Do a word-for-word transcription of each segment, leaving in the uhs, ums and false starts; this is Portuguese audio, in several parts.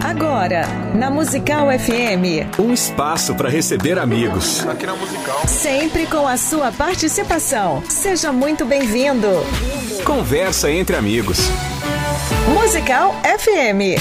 Agora, na Musical F M. Um espaço para receber amigos. Aqui na Musical. Sempre com a sua participação. Seja muito bem-vindo. Conversa entre amigos. Musical F M.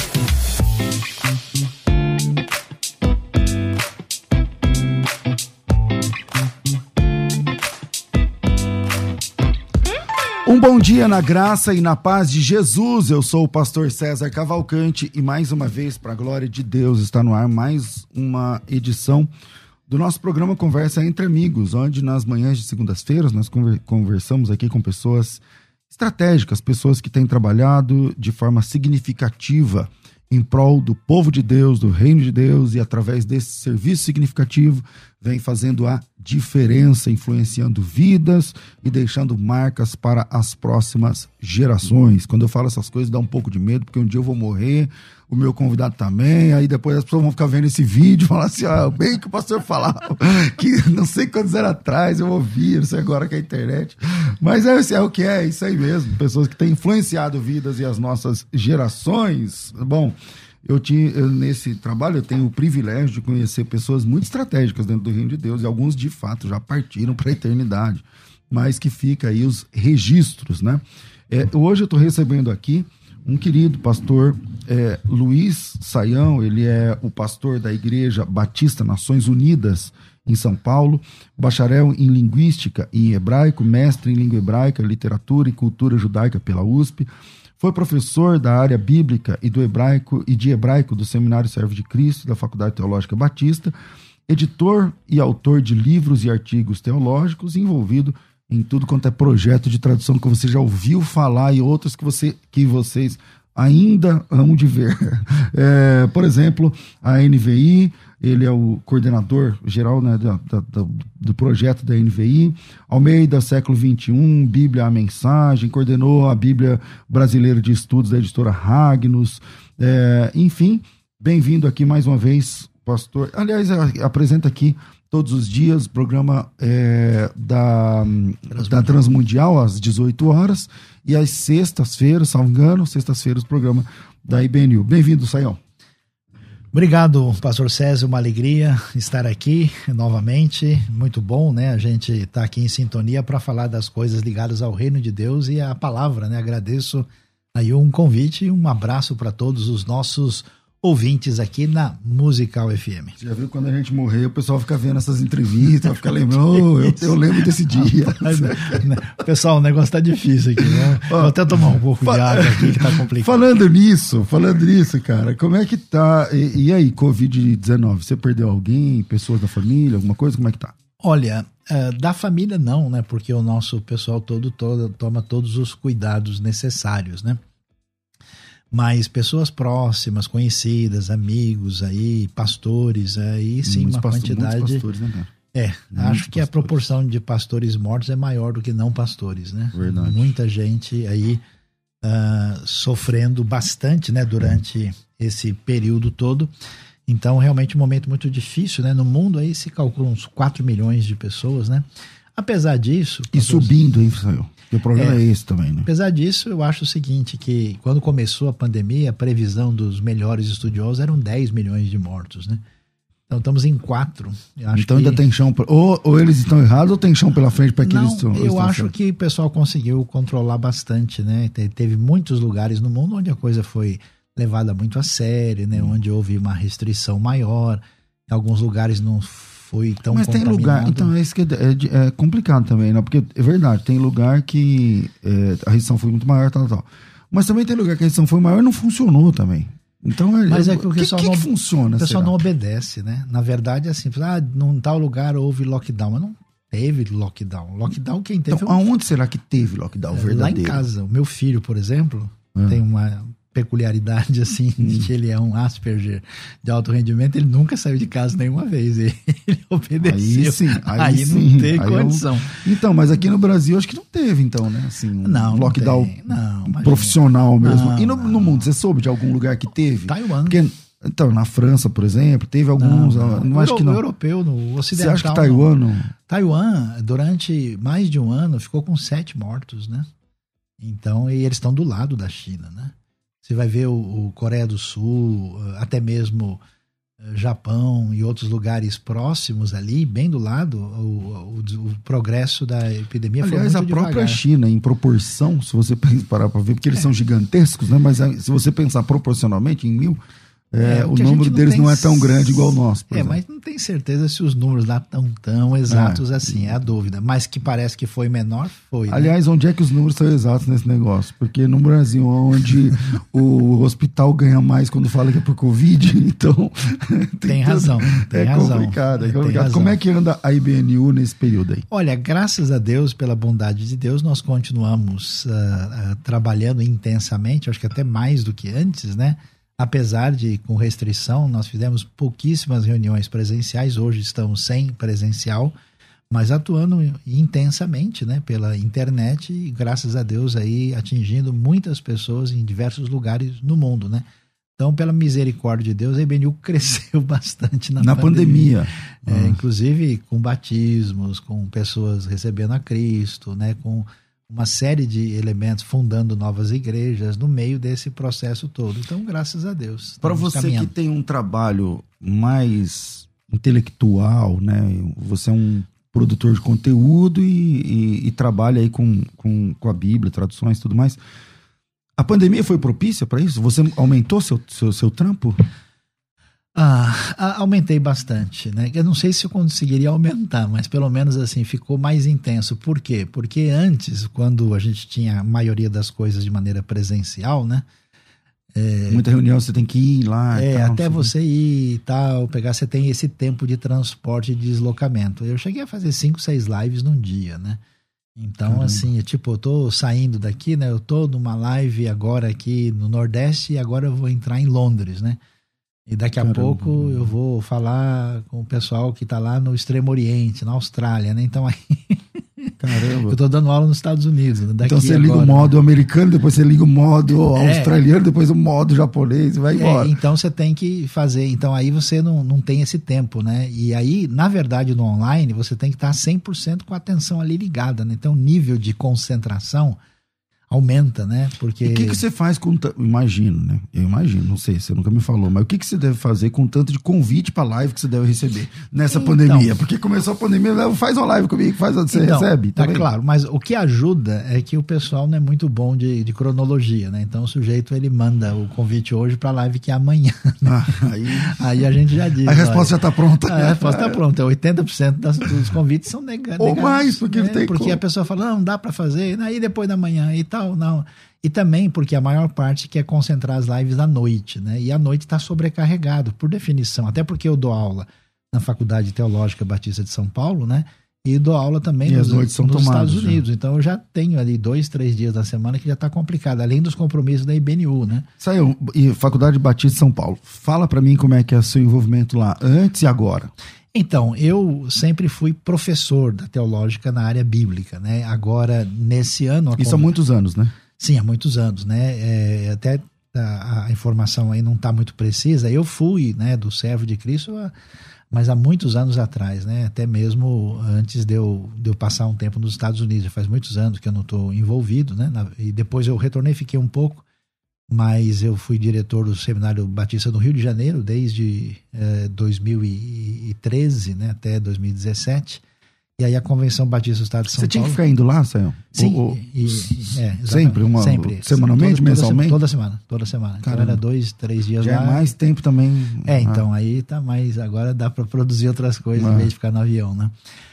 Um bom dia na graça e na paz de Jesus. Eu sou o pastor César Cavalcante e mais uma vez, para a glória de Deus, está no ar mais uma edição do nosso programa Conversa Entre Amigos, onde nas manhãs de segundas-feiras nós conversamos aqui com pessoas estratégicas, pessoas que têm trabalhado de forma significativa em prol do povo de Deus, do reino de Deus, e através desse serviço significativo vem fazendo a diferença, influenciando vidas e deixando marcas para as próximas gerações. Quando eu falo essas coisas dá um pouco de medo, porque um dia eu vou morrer, o meu convidado também, aí depois as pessoas vão ficar vendo esse vídeo e falar assim, ah, bem que o pastor falava, que não sei quantos anos atrás eu ouvi, não sei agora que é a internet, mas é, é o que é, isso aí mesmo, pessoas que têm influenciado vidas e as nossas gerações. Bom, Eu tinha, eu, nesse trabalho eu tenho o privilégio de conhecer pessoas muito estratégicas dentro do reino de Deus, e alguns de fato já partiram para a eternidade, mas que fica aí os registros, né? É, hoje eu estou recebendo aqui um querido pastor, é, Luiz Saião. Ele é o pastor da Igreja Batista Nações Unidas em São Paulo, bacharel em Linguística e em Hebraico, mestre em Língua Hebraica, Literatura e Cultura Judaica pela U S P. Foi professor da área bíblica e do hebraico e de hebraico do Seminário Servo de Cristo, da Faculdade Teológica Batista, editor e autor de livros e artigos teológicos, envolvido em tudo quanto é projeto de tradução que você já ouviu falar e outros que, você, que vocês ainda hão de ver. É, por exemplo, a N V I, ele é o coordenador geral, né, da, da, do projeto da N V I. Almeida, século vinte e um, Bíblia a Mensagem, coordenou a Bíblia Brasileira de Estudos da editora Ragnos. É, enfim, bem-vindo aqui mais uma vez, pastor. Aliás, apresenta aqui todos os dias o programa é, da, da Transmundial, às dezoito horas, e às sextas-feiras, salvo engano, sextas-feiras, o programa da I B N U. Bem-vindo, Saião. Obrigado, pastor César, uma alegria estar aqui novamente, muito bom, né, a gente está aqui em sintonia para falar das coisas ligadas ao reino de Deus e à palavra, né, agradeço aí um convite e um abraço para todos os nossos ouvintes aqui na Musical F M. Você já viu quando a gente morrer, o pessoal fica vendo essas entrevistas, fica lembrando, oh, eu, eu lembro desse dia. Pessoal, o negócio tá difícil aqui, né? Vou até tomar um pouco de água aqui que tá complicado. Falando nisso, falando nisso, cara, como é que tá? E, e aí, covid dezenove, você perdeu alguém, pessoas da família, alguma coisa? Como é que tá? Olha, uh, da família não, né? Porque o nosso pessoal todo, todo toma todos os cuidados necessários, né? Mas pessoas próximas, conhecidas, amigos aí, pastores, aí sim, muitos uma pastor, quantidade... Pastores, né, cara? É, muitos acho que pastores. A proporção de pastores mortos é maior do que não pastores, né? Verdade. Muita gente aí uh, sofrendo bastante, né, durante é. esse período todo. Então, realmente um momento muito difícil, né? No mundo aí se calcula uns quatro milhões de pessoas, né? Apesar disso... E subindo, hein, Samuel? E o problema é, é esse também, né? Apesar disso, eu acho o seguinte, que quando começou a pandemia, a previsão dos melhores estudiosos eram dez milhões de mortos, né? Então estamos em quatro. Eu acho então que... ainda tem chão, ou, ou eles estão errados ou tem chão pela frente para que Não, eles estão... eu estão acho certo. Que o pessoal conseguiu controlar bastante, né? Te, teve muitos lugares no mundo onde a coisa foi levada muito a sério, né? Hum. Onde houve uma restrição maior, em alguns lugares não foi tão Mas tem lugar, então é isso que é, é, é complicado também, né? Porque é verdade, tem lugar que é, a restrição foi muito maior, tal, tal. Mas também tem lugar que a restrição foi maior e não funcionou também. Então é, Mas é que o pessoal que, que não, que funciona, o pessoal será? não obedece, né? Na verdade é assim, ah, num tal lugar houve lockdown, mas não teve lockdown. Lockdown quem teve... Então, aonde será que teve lockdown é, verdadeiro? Lá em casa. O meu filho, por exemplo, é. tem uma peculiaridade assim, hum. de que ele é um Asperger de alto rendimento, ele nunca saiu de casa nenhuma vez, ele obedeceu, aí, sim, aí, aí sim, não tem aí condição. Eu... Então, mas aqui no Brasil acho que não teve, então, né, assim, um não, lockdown não não, profissional mesmo. Não, e no, não, no mundo, você soube de algum lugar que teve? Taiwan. Porque, então, na França, por exemplo, teve alguns, não, não, não acho Euro, que não. europeu, no ocidental. Você acha que Taiwan não? Taiwan, durante mais de um ano, ficou com sete mortos, né? Então, e eles estão do lado da China, né? Você vai ver o, o Coreia do Sul, até mesmo Japão e outros lugares próximos ali, bem do lado, o, o, o progresso da epidemia foi Aliás, muito a própria devagar. China, em proporção, se você parar para ver, porque eles é. são gigantescos, né? Mas se você pensar proporcionalmente em mil, é, é, o número deles não é tão grande igual o nosso. É, exemplo. Mas não tem certeza se os números lá estão tão exatos é. assim, é a dúvida. Mas que parece que foi menor, foi. Aliás, né? Onde é que os números são exatos nesse negócio? Porque no Brasil, onde o hospital ganha mais quando fala que é por Covid, então... tem, tem razão, tem é razão. Complicado, é é, complicado. Como é que anda a I B N U nesse período aí? Olha, graças a Deus, pela bondade de Deus, nós continuamos uh, uh, trabalhando intensamente, acho que até mais do que antes, né? Apesar de, com restrição, nós fizemos pouquíssimas reuniões presenciais, hoje estamos sem presencial, mas atuando intensamente, né, pela internet e, graças a Deus, aí atingindo muitas pessoas em diversos lugares no mundo, né? Então, pela misericórdia de Deus, a I B N U cresceu bastante na, na pandemia. pandemia. É, ah. Inclusive com batismos, com pessoas recebendo a Cristo, né, com uma série de elementos, fundando novas igrejas no meio desse processo todo. Então, graças a Deus. Para você caminhando. Que tem um trabalho mais intelectual, né? Você é um produtor de conteúdo e, e, e trabalha aí com, com, com a Bíblia, traduções e tudo mais. A pandemia foi propícia para isso? Você aumentou seu, seu, seu trampo? Ah, aumentei bastante, né? Eu não sei se eu conseguiria aumentar, mas pelo menos assim, ficou mais intenso. Por quê? Porque antes, quando a gente tinha a maioria das coisas de maneira presencial, né? É, muita reunião, você tem que ir lá. É, e tal, até assim. Você ir e tal, pegar, você tem esse tempo de transporte e de deslocamento. Eu cheguei a fazer cinco, seis lives num dia, né? Então, Caramba. assim, tipo, eu tô saindo daqui, né? Eu tô numa live agora aqui no Nordeste e agora eu vou entrar em Londres, né? E daqui a Caramba. pouco eu vou falar com o pessoal que tá lá no Extremo Oriente, na Austrália, né? Então aí... Caramba. Eu tô dando aula nos Estados Unidos. Né? Daqui então você agora, liga o modo né? americano, depois você liga o modo é. australiano, depois o modo japonês e vai embora. É, então você tem que fazer. Então aí você não, não tem esse tempo, né? E aí, na verdade, no online, você tem que estar cem por cento com a atenção ali ligada, né? Então o nível de concentração aumenta, né? Porque... E o que, que você faz com... T... Imagino, né? Eu imagino, não sei, você nunca me falou, mas o que, que você deve fazer com tanto de convite para live que você deve receber nessa então, pandemia? Porque começou a pandemia, faz uma live comigo, faz onde você então, recebe. Tá claro, mas o que ajuda é que o pessoal não é muito bom de, de cronologia, né? Então o sujeito, ele manda o convite hoje para live que é amanhã. Né? Ah, aí... aí a gente já diz. A resposta olha, já tá pronta. A resposta tá pronta. oitenta por cento das, dos convites são negados. Ou mais, porque né? não tem Porque como. a pessoa fala, não, dá para fazer, aí depois da manhã e tal, não... E também porque a maior parte quer concentrar as lives à noite, né? E à noite está sobrecarregado, por definição. Até porque eu dou aula na Faculdade Teológica Batista de São Paulo, né? E dou aula também e nos, as noites são nos tomadas, Estados Unidos. já. Então eu já tenho ali dois, três dias da semana que já está complicado, além dos compromissos da I B N U, né? Saiu, e Faculdade Batista de São Paulo. Fala para mim como é que é o seu envolvimento lá, antes e agora. Então, eu sempre fui professor da teológica na área bíblica, né? Agora, nesse ano... Isso há muitos anos, né? Sim, há muitos anos, né? É, até a, a informação aí não está muito precisa. Eu fui, né, do Servo de Cristo, mas há muitos anos atrás, né? Até mesmo antes de eu, de eu passar um tempo nos Estados Unidos. Já faz muitos anos que eu não estou envolvido, né? Na, e depois eu retornei, fiquei um pouco, mas eu fui diretor do Seminário Batista do Rio de Janeiro desde é, dois mil e treze, né, até dois mil e dezessete. E aí a Convenção Batista do Estado de São Você Paulo... tinha que ficar indo lá, Sayão? Sim. Ou, ou... E, é, sempre? Uma, sempre. Semanalmente, toda, mensalmente? Toda semana. Toda semana. Então era dois, três dias Já lá. Já é mais tempo também. É, então ah. aí tá mais... Agora dá para produzir outras coisas ah. em vez de ficar no avião, né?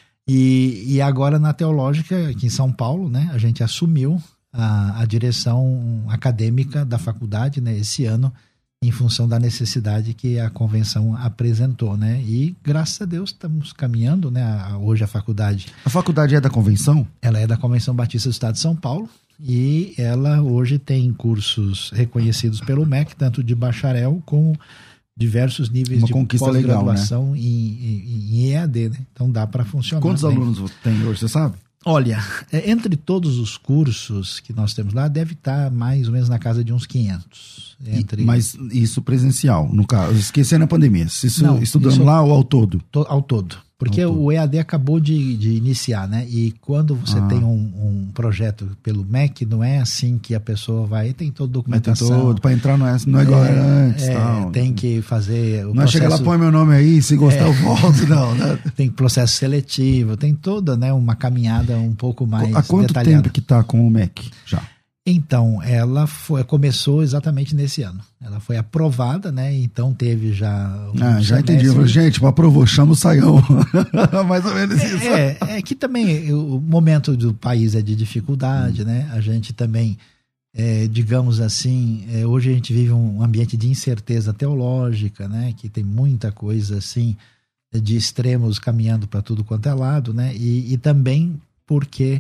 E, e agora na Teológica, aqui em São Paulo, né? A gente assumiu a, a direção acadêmica da faculdade, né? Esse ano, em função da necessidade que a convenção apresentou, né? E graças a Deus estamos caminhando, né? A, hoje a faculdade... A faculdade é da convenção? Ela é da Convenção Batista do Estado de São Paulo e ela hoje tem cursos reconhecidos pelo M E C, tanto de bacharel como diversos níveis Uma de pós-graduação, né? em, em, em E A D, né? Então dá para funcionar. Quantos bem. alunos tem hoje, você sabe? Olha, entre todos os cursos que nós temos lá, deve estar mais ou menos na casa de uns quinhentos. Entre... Mas isso presencial, no caso, esquecendo a pandemia. Isso, Não, estudando isso... lá ou ao todo? To, ao todo. Porque o E A D acabou de, de iniciar, né? E quando você ah. tem um, um projeto pelo M E C, não é assim que a pessoa vai, tem toda documentação. Para entrar não é, não é igual é, antes. É, tal. Tem que fazer o não processo... chega lá, põe meu nome aí, se gostar é, eu volto, não. Né? Tem processo seletivo, tem toda, né, uma caminhada um pouco mais detalhada. Há quanto detalhada. tempo que está com o M E C já? Então, ela foi, começou exatamente nesse ano. Ela foi aprovada, né? Então teve já... Um ah, já entendi. Falei, gente, aprovou, chama o Saião. Mais ou menos isso. É, é que também o momento do país é de dificuldade, hum. né? A gente também, é, digamos assim, é, hoje a gente vive um ambiente de incerteza teológica, né? Que tem muita coisa, assim, de extremos caminhando para tudo quanto é lado, né? E, e também porque...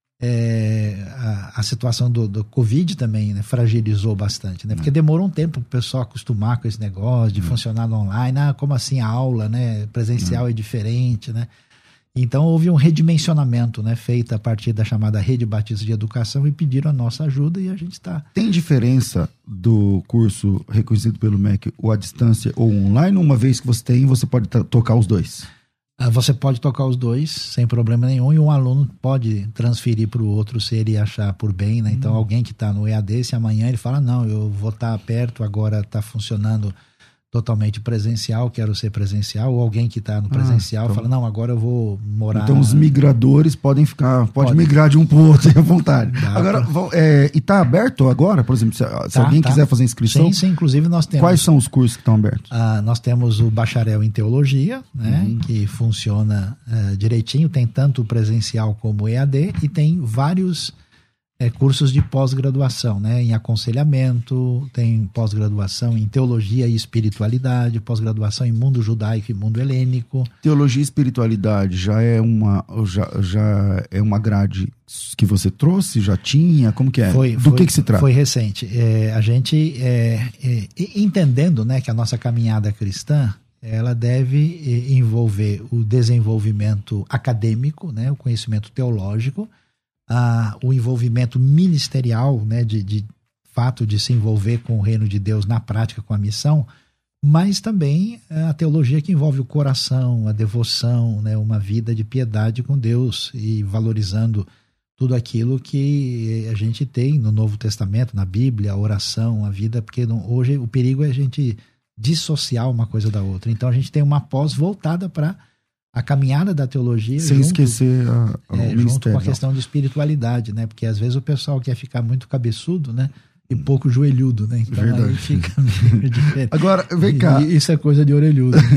É, a, a situação do, do Covid também, né, fragilizou bastante, né? Porque demorou um tempo para o pessoal acostumar com esse negócio de hum. funcionar no online. Ah, como assim a aula, né? Presencial hum. é diferente, né? Então houve um redimensionamento, né, feito a partir da chamada Rede Batista de Educação e pediram a nossa ajuda e a gente está... Tem diferença do curso reconhecido pelo M E C, ou à distância ou online? Uma vez que você tem, você pode tocar os dois? Você pode tocar os dois sem problema nenhum e um aluno pode transferir para o outro se ele achar por bem, né? Então, hum. alguém que está no E A D, se amanhã ele fala, não, eu vou estar tá perto, agora está funcionando totalmente presencial, quero ser presencial, ou alguém que está no presencial ah, então, fala, não, agora eu vou morar... Então, os migradores podem ficar, pode, pode. migrar de um para o outro à vontade. Dá agora, pra... é, e está aberto agora, por exemplo, se, tá, se alguém tá. quiser fazer inscrição? Sim, sim, inclusive nós temos... Quais são os cursos que estão abertos? Ah, nós temos o bacharel em teologia, né, uhum. que funciona uh, direitinho, tem tanto presencial como E A D, e tem vários... É, cursos de pós-graduação, né, em aconselhamento, tem pós-graduação em teologia e espiritualidade, pós-graduação em mundo judaico e mundo helênico. Teologia e espiritualidade já é uma, já, já é uma grade que você trouxe? Já tinha? Como que é? Foi, Do foi, que que se trata? Foi recente. É, a gente, é, é, entendendo, né, que a nossa caminhada cristã, ela deve envolver o desenvolvimento acadêmico, né, o conhecimento teológico, Ah, o envolvimento ministerial, né, de, de fato de se envolver com o reino de Deus na prática, com a missão, mas também a teologia que envolve o coração, a devoção, né, uma vida de piedade com Deus e valorizando tudo aquilo que a gente tem no Novo Testamento, na Bíblia, a oração, a vida, porque não, hoje o perigo é a gente dissociar uma coisa da outra. Então a gente tem uma pós voltada para a caminhada da teologia, sem junto, esquecer a, a é, junto com a questão de espiritualidade, né? Porque às vezes o pessoal quer ficar muito cabeçudo, né? E pouco joelhudo, né? Então Verdade. Aí fica meio diferente. Agora, vem cá. E, isso é coisa de orelhudo. Né?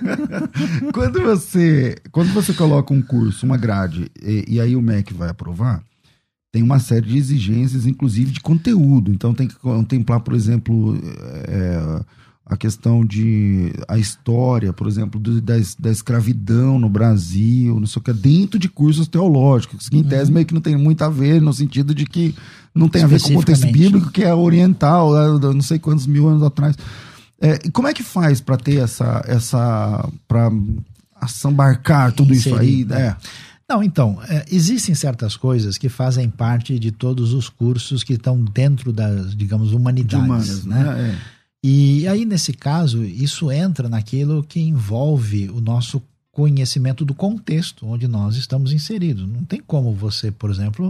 quando, você, quando você coloca um curso, uma grade, e, e aí o M E C vai aprovar, tem uma série de exigências, inclusive de conteúdo. Então tem que contemplar, por exemplo... É, a questão de a história, por exemplo, do, da, da escravidão no Brasil, não sei o que, dentro de cursos teológicos, que em tese uhum. meio que não tem muito a ver, no sentido de que não tem a ver com o contexto bíblico, que é oriental, não sei quantos mil anos atrás. É, e como é que faz para ter essa, essa para assambarcar tudo Inserir, isso aí? Né? É. Não, então, é, existem certas coisas que fazem parte de todos os cursos que estão dentro das, digamos, humanidades, humanas, né? né? É. E aí, nesse caso, isso entra naquilo que envolve o nosso conhecimento do contexto onde nós estamos inseridos. Não tem como você, por exemplo,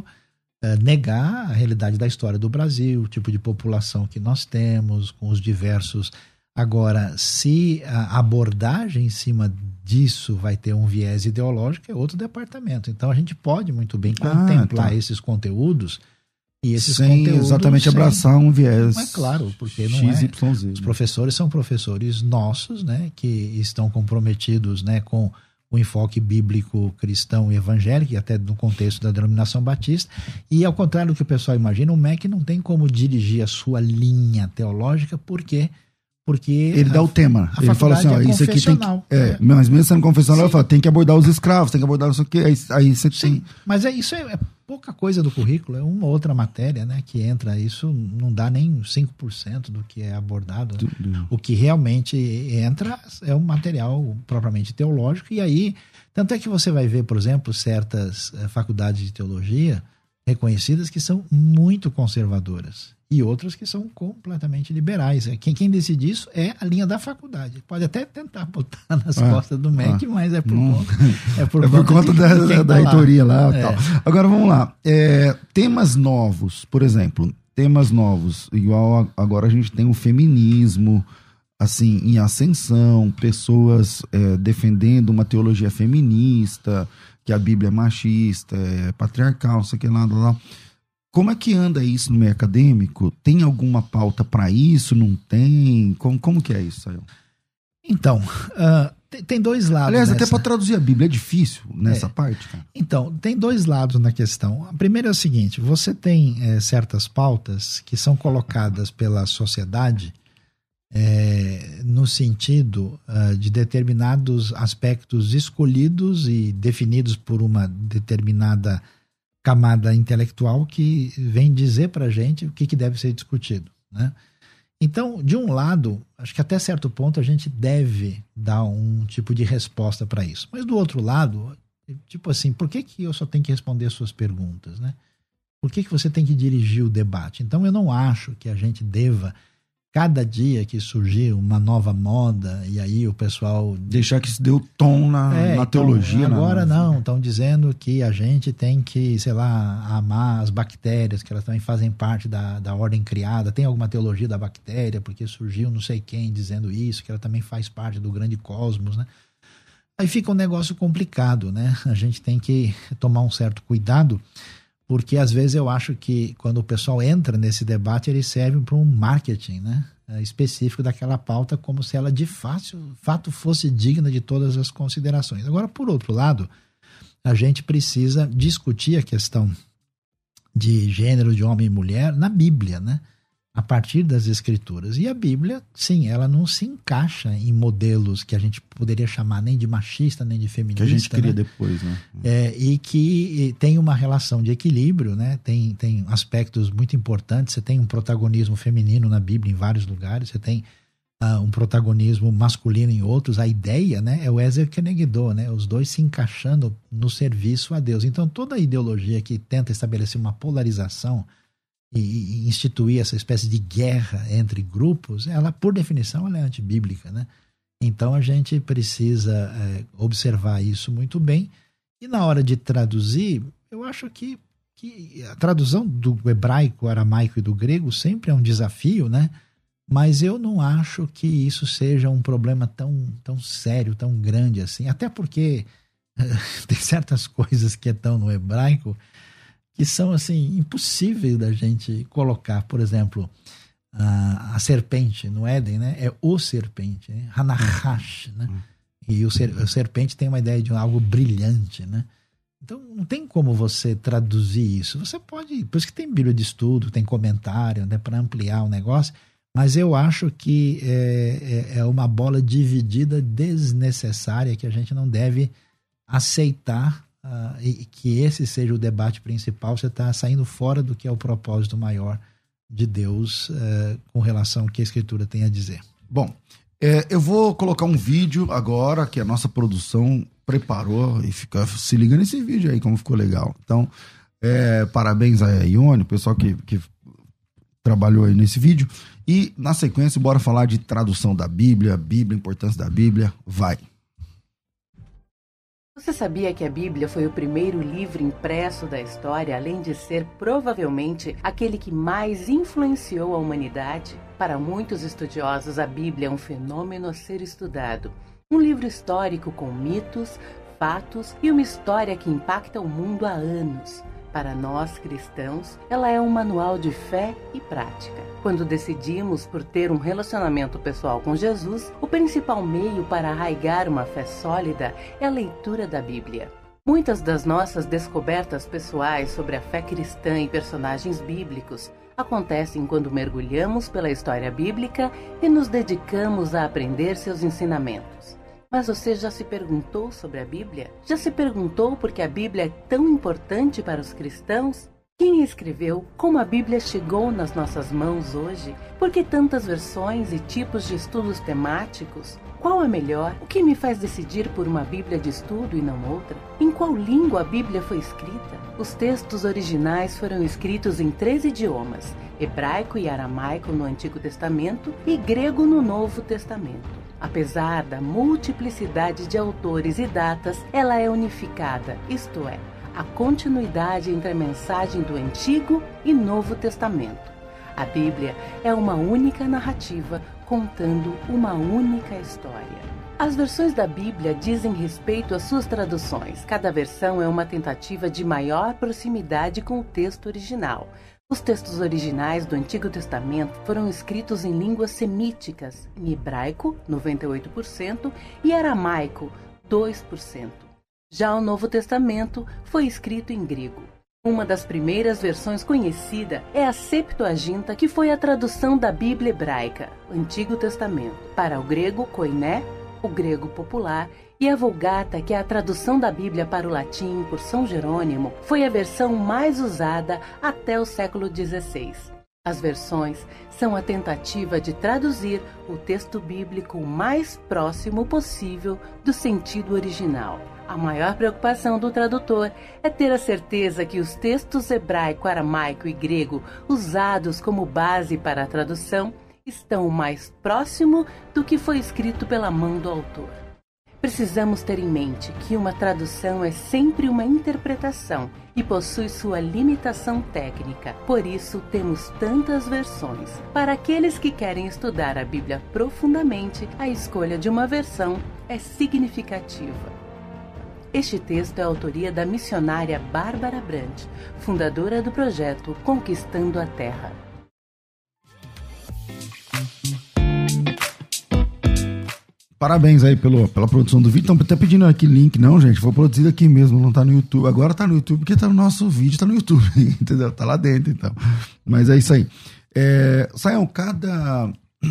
negar a realidade da história do Brasil, o tipo de população que nós temos, com os diversos... Agora, se a abordagem em cima disso vai ter um viés ideológico, é outro departamento. Então, a gente pode muito bem contemplar ah, tá. esses conteúdos... E esses sem conteúdos, exatamente sem, abraçar um viés. É claro, porque não X, é. Y, Z, os professores são professores nossos, né, que estão comprometidos, né, com o enfoque bíblico cristão e evangélico, e até no contexto da denominação batista. E ao contrário do que o pessoal imagina, o M E C não tem como dirigir a sua linha teológica, porque porque ele a, dá o tema. Ele fala assim, ó, é isso aqui tem que, é, é. Mas mesmo sendo confessional, ele fala, tem que abordar os escravos, tem que abordar isso aqui, aí, aí você Sim, tem... mas é, isso é, é pouca coisa do currículo, é uma outra matéria, né, que entra, isso não dá nem cinco por cento do que é abordado. Né? Tudo. O que realmente entra é um material propriamente teológico, e aí, tanto é que você vai ver, por exemplo, certas eh, faculdades de teologia, reconhecidas que são muito conservadoras e outras que são completamente liberais. Quem, quem decide isso é a linha da faculdade. Pode até tentar botar nas ah, costas do M E C, ah, mas é por não, conta, é por é conta, por conta de, da, de da, da reitoria lá. É. Tal. Agora vamos lá. É, temas novos, por exemplo, temas novos, igual a, agora a gente tem o feminismo, assim, em ascensão, pessoas é, defendendo uma teologia feminista, que a Bíblia é machista, é patriarcal, não sei o que lá, lá, lá. Como é que anda isso no meio acadêmico? Tem alguma pauta para isso? Não tem? Como, como que é isso, Sayão? Então, uh, tem, tem dois lados. Aliás, nessa... até para traduzir a Bíblia é difícil nessa é. parte, cara. Então, tem dois lados na questão. A primeira é o seguinte, você tem é, certas pautas que são colocadas pela sociedade é, no sentido uh, de determinados aspectos escolhidos e definidos por uma determinada camada intelectual que vem dizer para a gente o que, que deve ser discutido, né? Então, de um lado, acho que até certo ponto a gente deve dar um tipo de resposta para isso. Mas do outro lado, tipo assim, por que, que eu só tenho que responder as suas perguntas, né? Por que, que você tem que dirigir o debate? Então, eu não acho que a gente deva, cada dia que surgir uma nova moda, e aí o pessoal... Deixar que isso deu tom na, é, na então, teologia. Agora na... não, estão dizendo que a gente tem que, sei lá, amar as bactérias, que elas também fazem parte da, da ordem criada. Tem alguma teologia da bactéria, porque surgiu não sei quem dizendo isso, que ela também faz parte do grande cosmos, né? Aí fica um negócio complicado, né? A gente tem que tomar um certo cuidado, porque às vezes eu acho que quando o pessoal entra nesse debate, ele serve para um marketing, né, específico daquela pauta, como se ela de fácil, fato fosse digna de todas as considerações. Agora, por outro lado, a gente precisa discutir a questão de gênero de homem e mulher na Bíblia, né, a partir das Escrituras. E a Bíblia, sim, ela não se encaixa em modelos que a gente poderia chamar nem de machista, nem de feminista. Que a gente cria, né? depois, né? É, e que tem uma relação de equilíbrio, né? Tem, tem aspectos muito importantes. Você tem um protagonismo feminino na Bíblia em vários lugares, você tem uh, um protagonismo masculino em outros. A ideia, né, é o Ezer Kenegdo, né? Os dois se encaixando no serviço a Deus. Então, toda a ideologia que tenta estabelecer uma polarização e instituir essa espécie de guerra entre grupos, ela, por definição, ela é antibíblica, né? Então a gente precisa é, observar isso muito bem, e na hora de traduzir, eu acho que, que a tradução do hebraico, aramaico e do grego sempre é um desafio, né? Mas eu não acho que isso seja um problema tão, tão sério, tão grande assim, até porque tem certas coisas que estão no hebraico que são, assim, impossíveis da gente colocar. Por exemplo, a, a serpente no Éden, né? É o serpente, né? Hanahash, né? E o, ser, o serpente tem uma ideia de algo brilhante, né? Então, não tem como você traduzir isso. Você pode... Por isso que tem Bíblia de estudo, tem comentário, né? Para ampliar o negócio. Mas eu acho que é, é, é uma bola dividida desnecessária que a gente não deve aceitar. Uh, e que esse seja o debate principal. Você está saindo fora do que é o propósito maior de Deus uh, com relação ao que a Escritura tem a dizer. Bom, é, eu vou colocar um vídeo agora que a nossa produção preparou e fica, se liga nesse vídeo aí como ficou legal. Então, é, parabéns a Ione, o pessoal que, que trabalhou aí nesse vídeo, e na sequência bora falar de tradução da Bíblia, Bíblia, importância da Bíblia, vai. Você sabia que a Bíblia foi o primeiro livro impresso da história, além de ser provavelmente aquele que mais influenciou a humanidade? Para muitos estudiosos, a Bíblia é um fenômeno a ser estudado. Um livro histórico com mitos, fatos e uma história que impacta o mundo há anos. Para nós cristãos, ela é um manual de fé e prática. Quando decidimos por ter um relacionamento pessoal com Jesus, o principal meio para arraigar uma fé sólida é a leitura da Bíblia. Muitas das nossas descobertas pessoais sobre a fé cristã e personagens bíblicos acontecem quando mergulhamos pela história bíblica e nos dedicamos a aprender seus ensinamentos. Mas você já se perguntou sobre a Bíblia? Já se perguntou por que a Bíblia é tão importante para os cristãos? Quem escreveu? Como a Bíblia chegou nas nossas mãos hoje? Por que tantas versões e tipos de estudos temáticos? Qual a melhor? O que me faz decidir por uma Bíblia de estudo e não outra? Em qual língua a Bíblia foi escrita? Os textos originais foram escritos em três idiomas: hebraico e aramaico no Antigo Testamento e grego no Novo Testamento. Apesar da multiplicidade de autores e datas, ela é unificada, isto é, a continuidade entre a mensagem do Antigo e Novo Testamento. A Bíblia é uma única narrativa contando uma única história. As versões da Bíblia dizem respeito às suas traduções. Cada versão é uma tentativa de maior proximidade com o texto original. Os textos originais do Antigo Testamento foram escritos em línguas semíticas, em hebraico, noventa e oito por cento, e aramaico, dois por cento. Já o Novo Testamento foi escrito em grego. Uma das primeiras versões conhecida é a Septuaginta, que foi a tradução da Bíblia hebraica, Antigo Testamento, para o grego koiné, o grego popular, e a Vulgata, que é a tradução da Bíblia para o latim por São Jerônimo, foi a versão mais usada até o século dezesseis. As versões são a tentativa de traduzir o texto bíblico o mais próximo possível do sentido original. A maior preocupação do tradutor é ter a certeza que os textos hebraico, aramaico e grego usados como base para a tradução estão o mais próximo do que foi escrito pela mão do autor. Precisamos ter em mente que uma tradução é sempre uma interpretação e possui sua limitação técnica. Por isso, temos tantas versões. Para aqueles que querem estudar a Bíblia profundamente, a escolha de uma versão é significativa. Este texto é a autoria da missionária Bárbara Brant, fundadora do projeto Conquistando a Terra. Parabéns aí pelo, pela produção do vídeo. Estão até pedindo aqui link. Não, gente, foi produzido aqui mesmo, não tá no YouTube. Agora tá no YouTube porque tá no nosso vídeo, tá no YouTube, entendeu? Tá lá dentro, então. Mas é isso aí. É, Sayão, cada...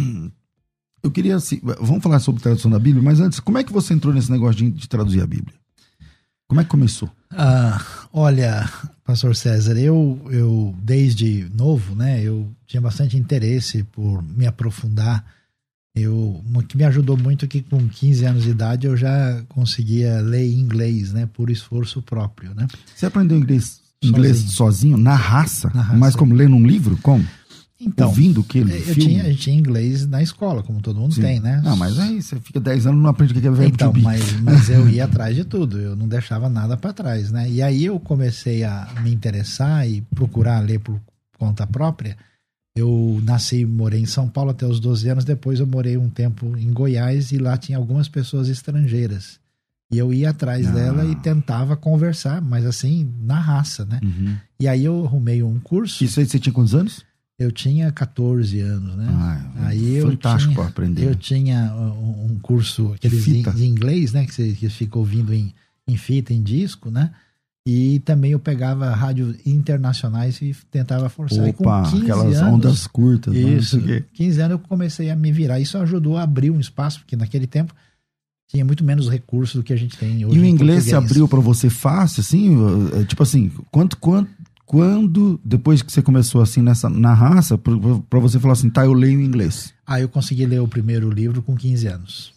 Eu queria, assim, vamos falar sobre tradução da Bíblia, mas antes, como é que você entrou nesse negócio de, de traduzir a Bíblia? Como é que começou? Ah, olha, pastor César, eu, eu desde novo, né, eu tinha bastante interesse por me aprofundar. Eu, o que me ajudou muito é que com quinze anos de idade eu já conseguia ler inglês, né, por esforço próprio, né. Você aprendeu inglês, inglês sozinho. sozinho, na raça? Na raça. Mas como ler num livro? Como? Então, ouvindo o que? Eu filme? tinha, a gente tinha inglês na escola, como todo mundo Sim. tem, né? Não, mas aí você fica dez anos e não aprende o que é verbo Então, to be. mas, mas eu ia atrás de tudo, eu não deixava nada para trás, né? E aí eu comecei a me interessar e procurar ler por conta própria. Eu nasci e morei em São Paulo até os doze anos, depois eu morei um tempo em Goiás e lá tinha algumas pessoas estrangeiras. E eu ia atrás ah. dela e tentava conversar, mas assim, na raça, né? Uhum. E aí eu arrumei um curso. Isso aí você tinha quantos anos? Eu tinha catorze anos, né? Ah, aí fantástico eu tinha, aprender. Eu tinha um, um curso aqueles de, de inglês, né? Que você, que você fica ouvindo em, em fita, em disco, né? E também eu pegava rádios internacionais e tentava forçar. Opa, e com quinze aquelas anos, ondas curtas. Isso, quinze anos eu comecei a me virar. Isso ajudou a abrir um espaço, porque naquele tempo tinha muito menos recursos do que a gente tem hoje. E o inglês se abriu para você fácil, assim? Tipo assim, quanto... quanto Quando, depois que você começou assim nessa, na raça, pra você falar assim, tá, eu leio em inglês? Ah, eu consegui ler o primeiro livro com quinze anos.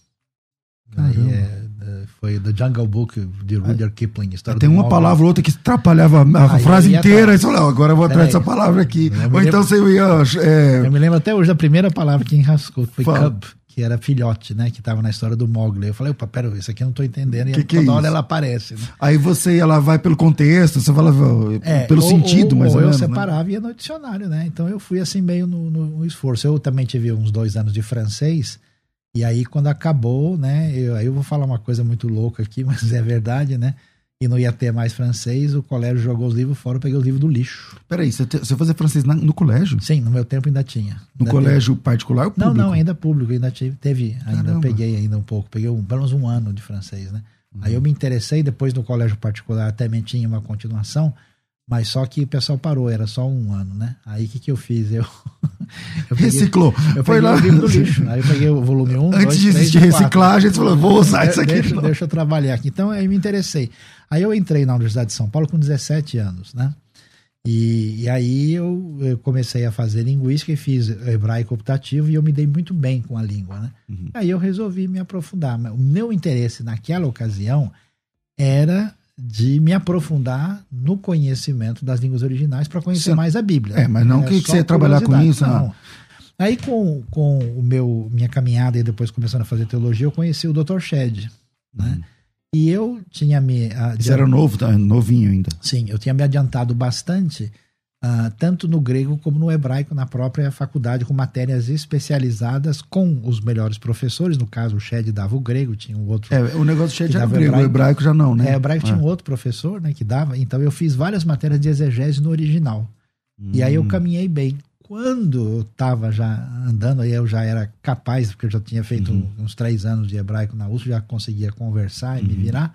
Aí é, foi The Jungle Book, de Rudyard Kipling. História Tem uma Mogli. palavra ou outra que atrapalhava a Aí frase inteira. Atrás. Aí você falou, agora eu vou atrás dessa palavra aqui. Ou lembro, então você ia... É... Eu me lembro até hoje da primeira palavra que enrascou, que foi Fala. cub, que era filhote, né? Que tava na história do Mogli. Eu falei, opa, pera, isso aqui eu não tô entendendo. E que que toda é hora isso? ela aparece. Né? Aí você ela vai pelo contexto, você fala É, pelo ou, sentido, ou, mais ou, ou menos. eu separava né? e ia no dicionário, né? Então eu fui assim meio no, no esforço. Eu também tive uns dois anos de francês. E aí quando acabou, né? Eu, aí eu vou falar uma coisa muito louca aqui, mas é verdade, né? E não ia ter mais francês, o colégio jogou os livros fora, eu peguei os livros do lixo. Peraí, você, te, você fazia francês na, no colégio? Sim, no meu tempo ainda tinha. No ainda colégio teve. particular ou público? Não, não, ainda público, ainda tive, teve, ainda Caramba. peguei ainda um pouco, peguei um, pelo menos um ano de francês, né? Uhum. Aí eu me interessei, depois no colégio particular também tinha uma continuação, mas só que o pessoal parou, era só um ano, né? Aí o que que eu fiz? Eu, eu peguei, Reciclou. Eu Foi peguei lá. o livro do lixo. Aí eu peguei o volume um, Antes dois, de três, existir reciclagem, você falou, vou usar de, isso aqui. Deixa, deixa eu trabalhar aqui. Então aí me interessei. Aí eu entrei na Universidade de São Paulo com dezessete anos, né? E, e aí eu, eu comecei a fazer linguística e fiz hebraico optativo e eu me dei muito bem com a língua, né? Uhum. Aí eu resolvi me aprofundar. Mas o meu interesse naquela ocasião era de me aprofundar no conhecimento das línguas originais para conhecer você, mais a Bíblia. É, mas não que, que você ia trabalhar com isso, não. não. Aí com, com o meu, minha caminhada e depois começando a fazer teologia, eu conheci o doutor Shedd, uhum. né? E eu tinha me... Você era novo, tá? Novinho ainda. Sim, eu tinha me adiantado bastante, uh, tanto no grego como no hebraico, na própria faculdade, com matérias especializadas com os melhores professores. No caso, o Shedd dava o grego, tinha um outro... É, o negócio do Shedd era o grego, hebraico, o hebraico já não, né? É, o hebraico é. tinha um outro professor, né, que dava. Então eu fiz várias matérias de exegese no original. Hum. E aí eu caminhei bem. Quando eu estava já andando, aí eu já era capaz, porque eu já tinha feito uhum. uns três anos de hebraico na U S P, já conseguia conversar e uhum. me virar.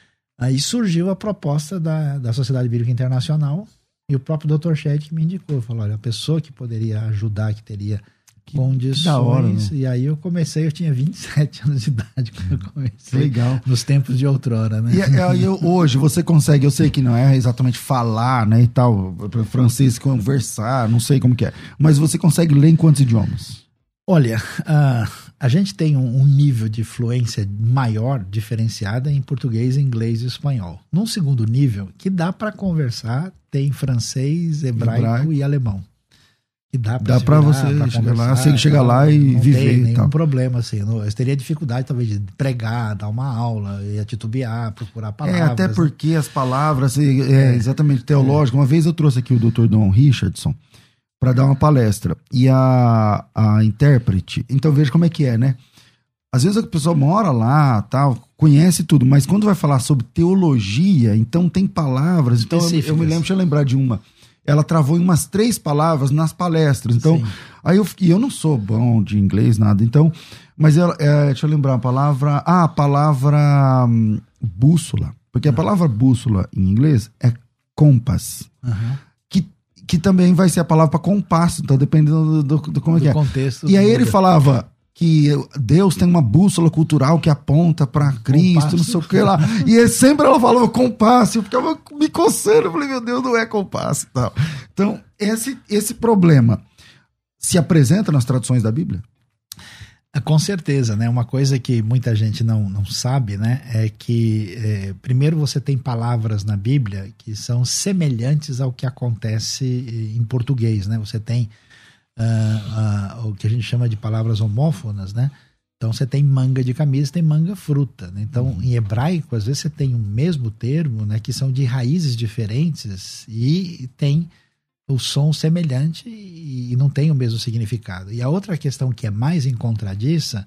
Aí surgiu a proposta da, da Sociedade Bíblica Internacional e o próprio doutor Shedd me indicou, falou, olha, a pessoa que poderia ajudar, que teria que, condições, que da hora, né? E aí eu comecei, eu tinha vinte e sete anos de idade quando eu comecei. Legal. Nos tempos de outrora, né? E aí hoje você consegue, eu sei que não é exatamente falar, né, e tal, francês, conversar, não sei como que é, mas você consegue ler em quantos idiomas? Olha, uh, a gente tem um, um nível de fluência maior, diferenciada em português, inglês e espanhol. Num segundo nível, que dá para conversar, tem francês, hebraico, hebraico e alemão. Que dá para dá você pra chegar lá, você chegar lá e não viver. Não tem nenhum tal. problema, assim. Não, eu teria dificuldade, talvez, de pregar, dar uma aula, ia titubear, procurar palavras. É, até porque as palavras, é, é exatamente teológico. É. Uma vez eu trouxe aqui o doutor Don Richardson para dar uma palestra. E a, a intérprete, então veja como é que é, né? Às vezes a pessoa mora lá, tal, conhece tudo, mas quando vai falar sobre teologia, então tem palavras. Então eu, eu me lembro, deixa eu lembrar de uma. Ela travou em umas três palavras nas palestras. Então, sim. aí eu fiquei, eu não sou bom de inglês, nada. Então, mas ela, é, deixa eu lembrar a palavra. Ah, a palavra hum, bússola. Porque a palavra bússola em inglês é compass. Uhum. Que, que também vai ser a palavra para compasso. Então, dependendo do, do, do como é do que é. Contexto e aí ele falava que Deus tem uma bússola cultural que aponta para Cristo, compasso. Não sei o que lá. E sempre ela falava compasso, eu ficava me coçando, eu falei, meu Deus, não é compasso e tal. Então, esse, esse problema se apresenta nas traduções da Bíblia? Com certeza, né? Uma coisa que muita gente não, não sabe, né? É que, é, primeiro, você tem palavras na Bíblia que são semelhantes ao que acontece em português, né? Você tem Uh, uh, o que a gente chama de palavras homófonas, né? Então você tem manga de camisa, tem manga fruta, né? Então uhum. em hebraico às vezes você tem o mesmo termo, né? Que são de raízes diferentes e tem o som semelhante e, e não tem o mesmo significado. E a outra questão que é mais encontradiça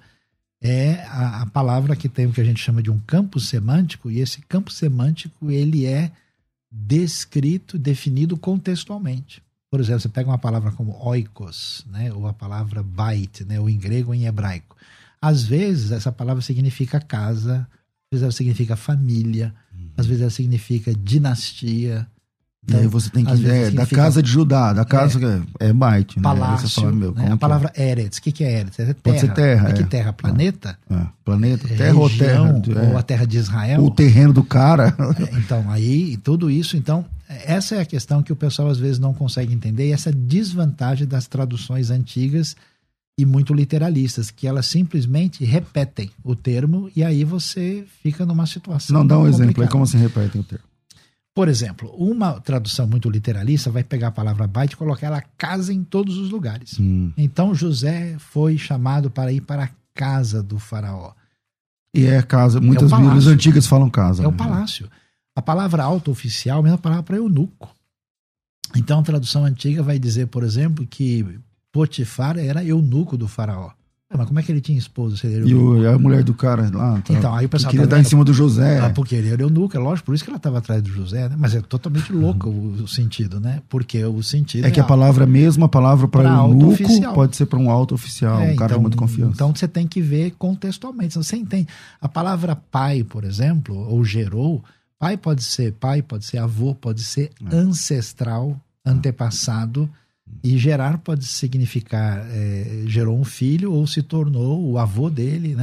é a, a palavra que tem o que a gente chama de um campo semântico, e esse campo semântico ele é descrito, definido contextualmente. Por exemplo, você pega uma palavra como oikos, né, ou a palavra bait, né, ou em grego ou em hebraico. Às vezes essa palavra significa casa, às vezes ela significa família, uhum. às vezes ela significa dinastia. Então, e aí você tem que é, da casa de Judá, da casa é, é bait, né? Palácio, fala, meu, né? A palavra é? Eretz, o que, que é Eretz? É terra. Pode ser terra. É é. que terra? Planeta? É. Planeta, é, terra região, ou terra. Ou a terra de Israel. O terreno do cara. É, então, aí, tudo isso, então, essa é a questão que o pessoal às vezes não consegue entender, e essa desvantagem das traduções antigas e muito literalistas, que elas simplesmente repetem o termo e aí você fica numa situação Não, dá um complicada. exemplo, é como se repetem o termo. Por exemplo, uma tradução muito literalista vai pegar a palavra bait e colocar ela casa em todos os lugares. Hum. Então José foi chamado para ir para a casa do faraó. E é casa, muitas é bíblias antigas falam casa. É né? o palácio. A palavra auto-oficial é a mesma palavra para eunuco. Então a tradução antiga vai dizer, por exemplo, que Potifar era eunuco do faraó. Mas como é que ele tinha esposa? Se ele e o, a mulher do cara lá. Tá, então, aí o pessoal queria tá dar em cima do José. Ah, porque ele era eunuco, é lógico, por isso que ela estava atrás do José, né? Mas é totalmente louco uhum. o, o sentido, né? Porque o sentido é, é que a palavra mesmo, a palavra para eunuco pode ser para um alto oficial, é, um cara então, de muita confiança. Então você tem que ver contextualmente. Você entende? A palavra pai, por exemplo, ou gerou, pai pode ser pai, pode ser avô, pode ser é. ancestral, antepassado. E gerar pode significar é, gerou um filho ou se tornou o avô dele, né?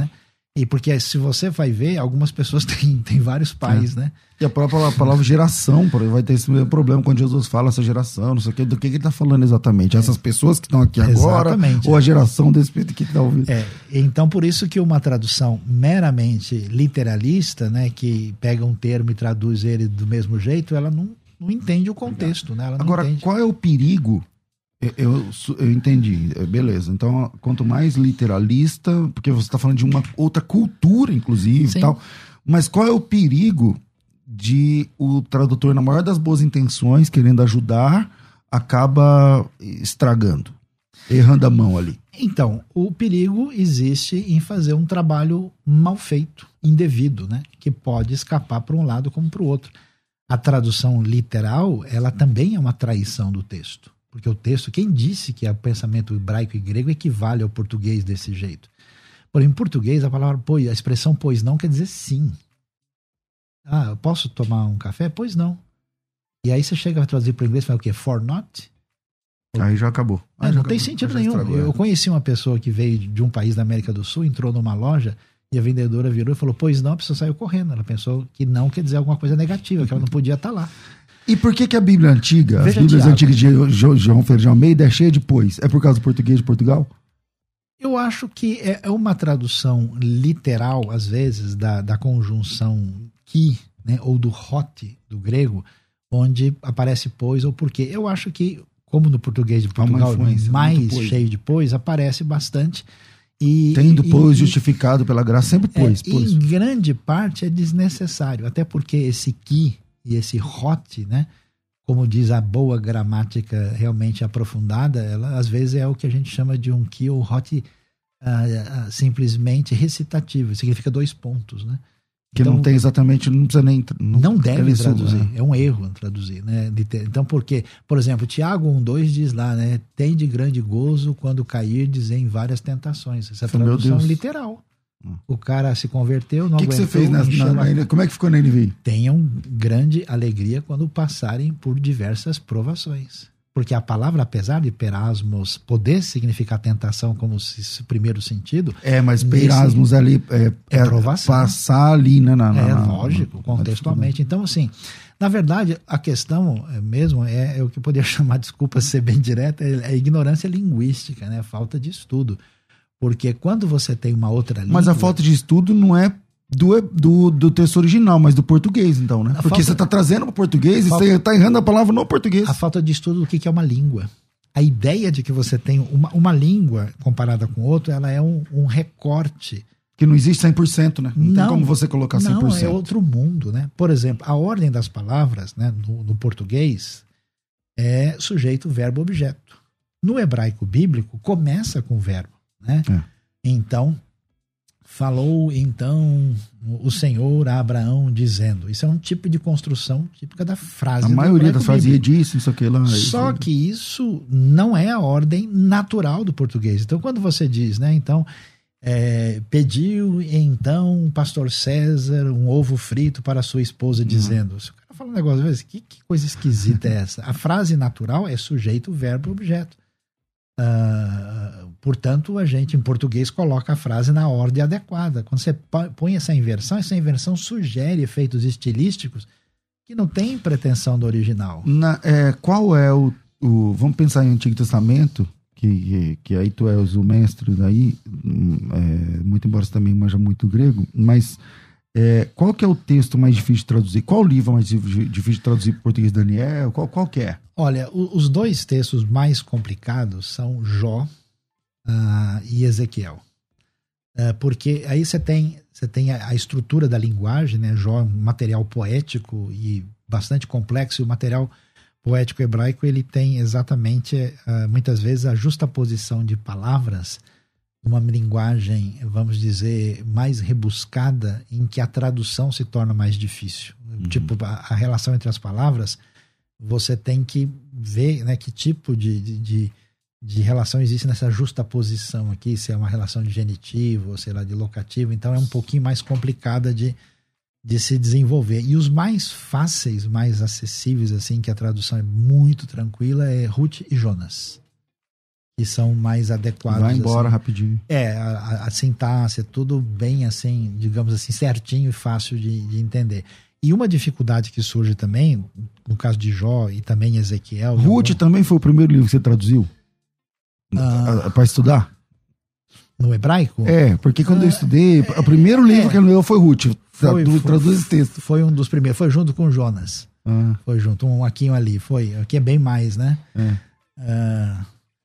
E porque se você vai ver, algumas pessoas têm, têm vários pais, é. né? E a própria palavra geração, vai ter esse mesmo problema quando Jesus fala essa geração, não sei o que, do que ele está falando exatamente? É. Essas pessoas que estão aqui agora, exatamente, ou é. a geração desse que está ouvindo? É, então por isso que uma tradução meramente literalista, né, que pega um termo e traduz ele do mesmo jeito, ela não, não entende o contexto, né? Ela não Agora, entende. Qual é o perigo? Eu, eu, eu entendi, beleza. Então, quanto mais literalista, porque você está falando de uma outra cultura, inclusive, e tal. Mas qual é o perigo de o tradutor, na maior das boas intenções, querendo ajudar, acaba estragando, errando a mão ali? Então, o perigo existe em fazer um trabalho mal feito, indevido, né? Que pode escapar para um lado como para o outro. A tradução literal, ela também é uma traição do texto. Porque o texto, quem disse que o pensamento hebraico e grego equivale ao português desse jeito? Porém, em português, a palavra pois, a expressão pois não quer dizer sim. Ah, eu posso tomar um café? Pois não. E aí você chega a traduzir para o inglês e fala o quê? For not? Aí já acabou. Aí é, já não acabou. tem sentido nenhum. Estragou, eu é. conheci uma pessoa que veio de um país da América do Sul, entrou numa loja e a vendedora virou e falou, pois não, a pessoa saiu correndo. Ela pensou que não quer dizer alguma coisa negativa, que ela não podia estar lá. E por que que a Bíblia antiga, Veja as Bíblias Tiago. antigas de João Ferreira de Almeida é cheia de pois? É por causa do português de Portugal? Eu acho que é uma tradução literal, às vezes, da, da conjunção que, né, ou do hot, do grego, onde aparece pois ou porque. Eu acho que, como no português de Portugal, mais pois, cheio de pois, aparece bastante. E, Tendo e, pois e, justificado pela graça, sempre pois. É, pois. Em grande parte é desnecessário, até porque esse que e esse hot, né, como diz a boa gramática realmente aprofundada, ela às vezes é o que a gente chama de um que ou hot uh, uh, simplesmente recitativo, significa dois pontos, né? Que então, não tem exatamente, não precisa nem... Não, não deve traduzir, né? É um erro traduzir, né? Então, porque, por exemplo, Tiago um, dois diz lá, né? Tem de grande gozo quando cairdes em várias tentações. Essa é a tradução literal. Hum. O cara se converteu, não que aguentou. O que você fez na, na, na, como é que ficou na N V I? Tenham grande alegria quando passarem por diversas provações. Porque a palavra, apesar de perasmos poder significar tentação como esse primeiro sentido... É, mas perasmos ali é, é, é provação. Passar ali, né? Na, na, é na, lógico, na, contextualmente. Então, assim, na verdade, a questão mesmo é, é o que eu poderia chamar, desculpa ser bem direta, é a ignorância linguística, né? Falta de estudo. Porque quando você tem uma outra língua... Mas a falta de estudo não é do, do, do texto original, mas do português, então, né? A Porque falta... você está trazendo para o português falta... e você está errando a palavra no português. A falta de estudo do que é uma língua. A ideia de que você tem uma, uma língua comparada com outra, ela é um, um recorte. Que não existe cem por cento, né? Não, não tem como você colocar cem por cento. Não, é outro mundo, né? Por exemplo, a ordem das palavras, né, no, no português é sujeito, verbo, objeto. No hebraico bíblico, começa com o verbo, né? É. Então... Falou então o Senhor a Abraão dizendo. Isso é um tipo de construção típica da frase. A maioria das frases disse isso aqui lá. Só que isso não é a ordem natural do português. Então quando você diz, né, então é, pediu então o pastor César um ovo frito para sua esposa, dizendo. Se o cara fala um negócio, às vezes, que, que coisa esquisita é essa? A frase natural é sujeito, verbo, objeto. Uh, portanto, a gente em português coloca a frase na ordem adequada. Quando você põe essa inversão, essa inversão sugere efeitos estilísticos que não tem pretensão do original. Na, é, qual é o, o... Vamos pensar em Antigo Testamento, que, que, que aí tu és o mestre daí, é, muito embora você também manja muito grego, mas é, qual que é o texto mais difícil de traduzir? Qual livro mais difícil de traduzir para o português, Daniel? Qual, qual que é? Olha, os dois textos mais complicados são Jó uh, e Ezequiel. Uh, porque aí você tem, você tem a, a estrutura da linguagem, né? Jó é um material poético e bastante complexo, e o material poético hebraico ele tem exatamente, uh, muitas vezes, a justaposição de palavras numa linguagem, vamos dizer, mais rebuscada, em que a tradução se torna mais difícil. Uhum. Tipo, a, a relação entre as palavras... Você tem que ver, né, que tipo de, de, de relação existe nessa justaposição aqui, se é uma relação de genitivo, ou sei lá, de locativo. Então é um pouquinho mais complicada de, de se desenvolver. E os mais fáceis, mais acessíveis, assim, que a tradução é muito tranquila, é Ruth e Jonas. que são mais adequados. Vai embora assim. rapidinho. É, a, a, a sintaxe, é tudo bem assim, digamos assim, certinho e fácil de, de entender. E uma dificuldade que surge também, no caso de Jó e também Ezequiel... Ruth algum... também foi o primeiro livro que você traduziu? Ah, para estudar? No hebraico? É, porque quando ah, eu estudei, é, o primeiro livro é, que eu li foi Ruth. Foi, Tradu, foi, traduz esse texto. Foi um dos primeiros, foi junto com Jonas. Ah. Foi junto, um aqui e um ali. Foi, aqui é bem mais, né? É. Ah,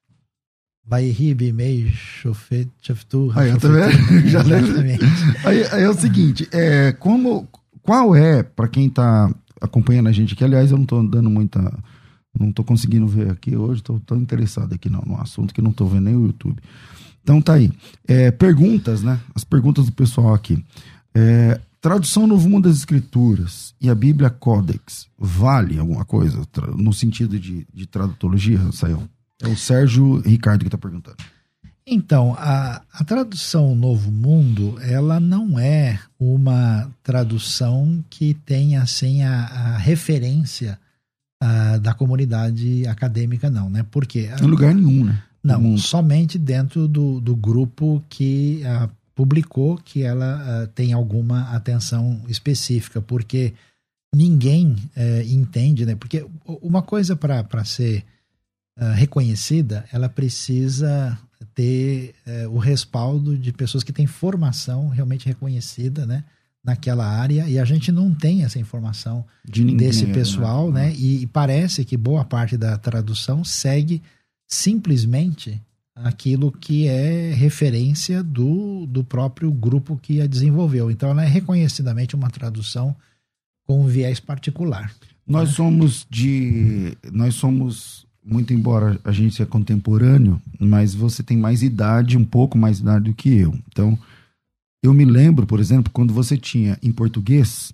Vairibe, Mei, Shofet, Shaftu, Aí, eu também já lembro. Aí, aí é o seguinte, é, como, qual é, para quem tá acompanhando a gente aqui, aliás, eu não tô dando muita, não tô conseguindo ver aqui hoje, tô tão interessado aqui no, no assunto que não tô vendo nem o YouTube. Então tá aí, é, perguntas, né, as perguntas do pessoal aqui. É, tradução Novo Mundo das Escrituras e a Bíblia Codex, vale alguma coisa no sentido de, de tradutologia, Sayão? É o Sérgio Ricardo que está perguntando. Então, a, a tradução Novo Mundo, ela não é uma tradução que tem assim a, a referência a, da comunidade acadêmica, não, né? Porque em lugar nenhum, né? Não, somente dentro do, do grupo que a, publicou que ela a, tem alguma atenção específica, porque ninguém é, entende, né? Porque uma coisa para ser Uh, reconhecida, ela precisa ter uh, o respaldo de pessoas que têm formação realmente reconhecida, né, naquela área, e a gente não tem essa informação de ninguém, desse pessoal, né, né? E, e parece que boa parte da tradução segue simplesmente aquilo que é referência do, do próprio grupo que a desenvolveu. Então ela é reconhecidamente uma tradução com um viés particular. Nós né? somos de... nós somos... muito embora a gente seja contemporâneo, mas você tem mais idade, um pouco mais idade do que eu. Então, eu me lembro, por exemplo, quando você tinha em português,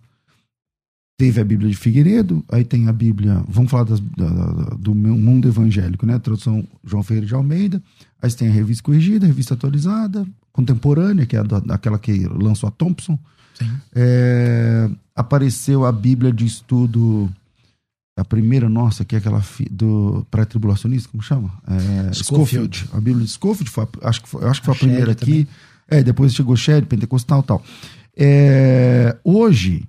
teve a Bíblia de Figueiredo, aí tem a Bíblia, vamos falar das, da, da, do mundo evangélico, né? A tradução João Ferreira de Almeida, aí você tem a Revista Corrigida, a Revista Atualizada, Contemporânea, que é a da, daquela que lançou a Thompson. Sim. É, apareceu a Bíblia de Estudo... A primeira nossa, que é aquela fi, do pré-tribulacionista, como chama? É, Scofield. Scofield. A Bíblia de Scofield, foi, acho, que foi, acho que foi a, a primeira aqui. Também. É, depois chegou Shed, Pentecostal e tal. É, hoje,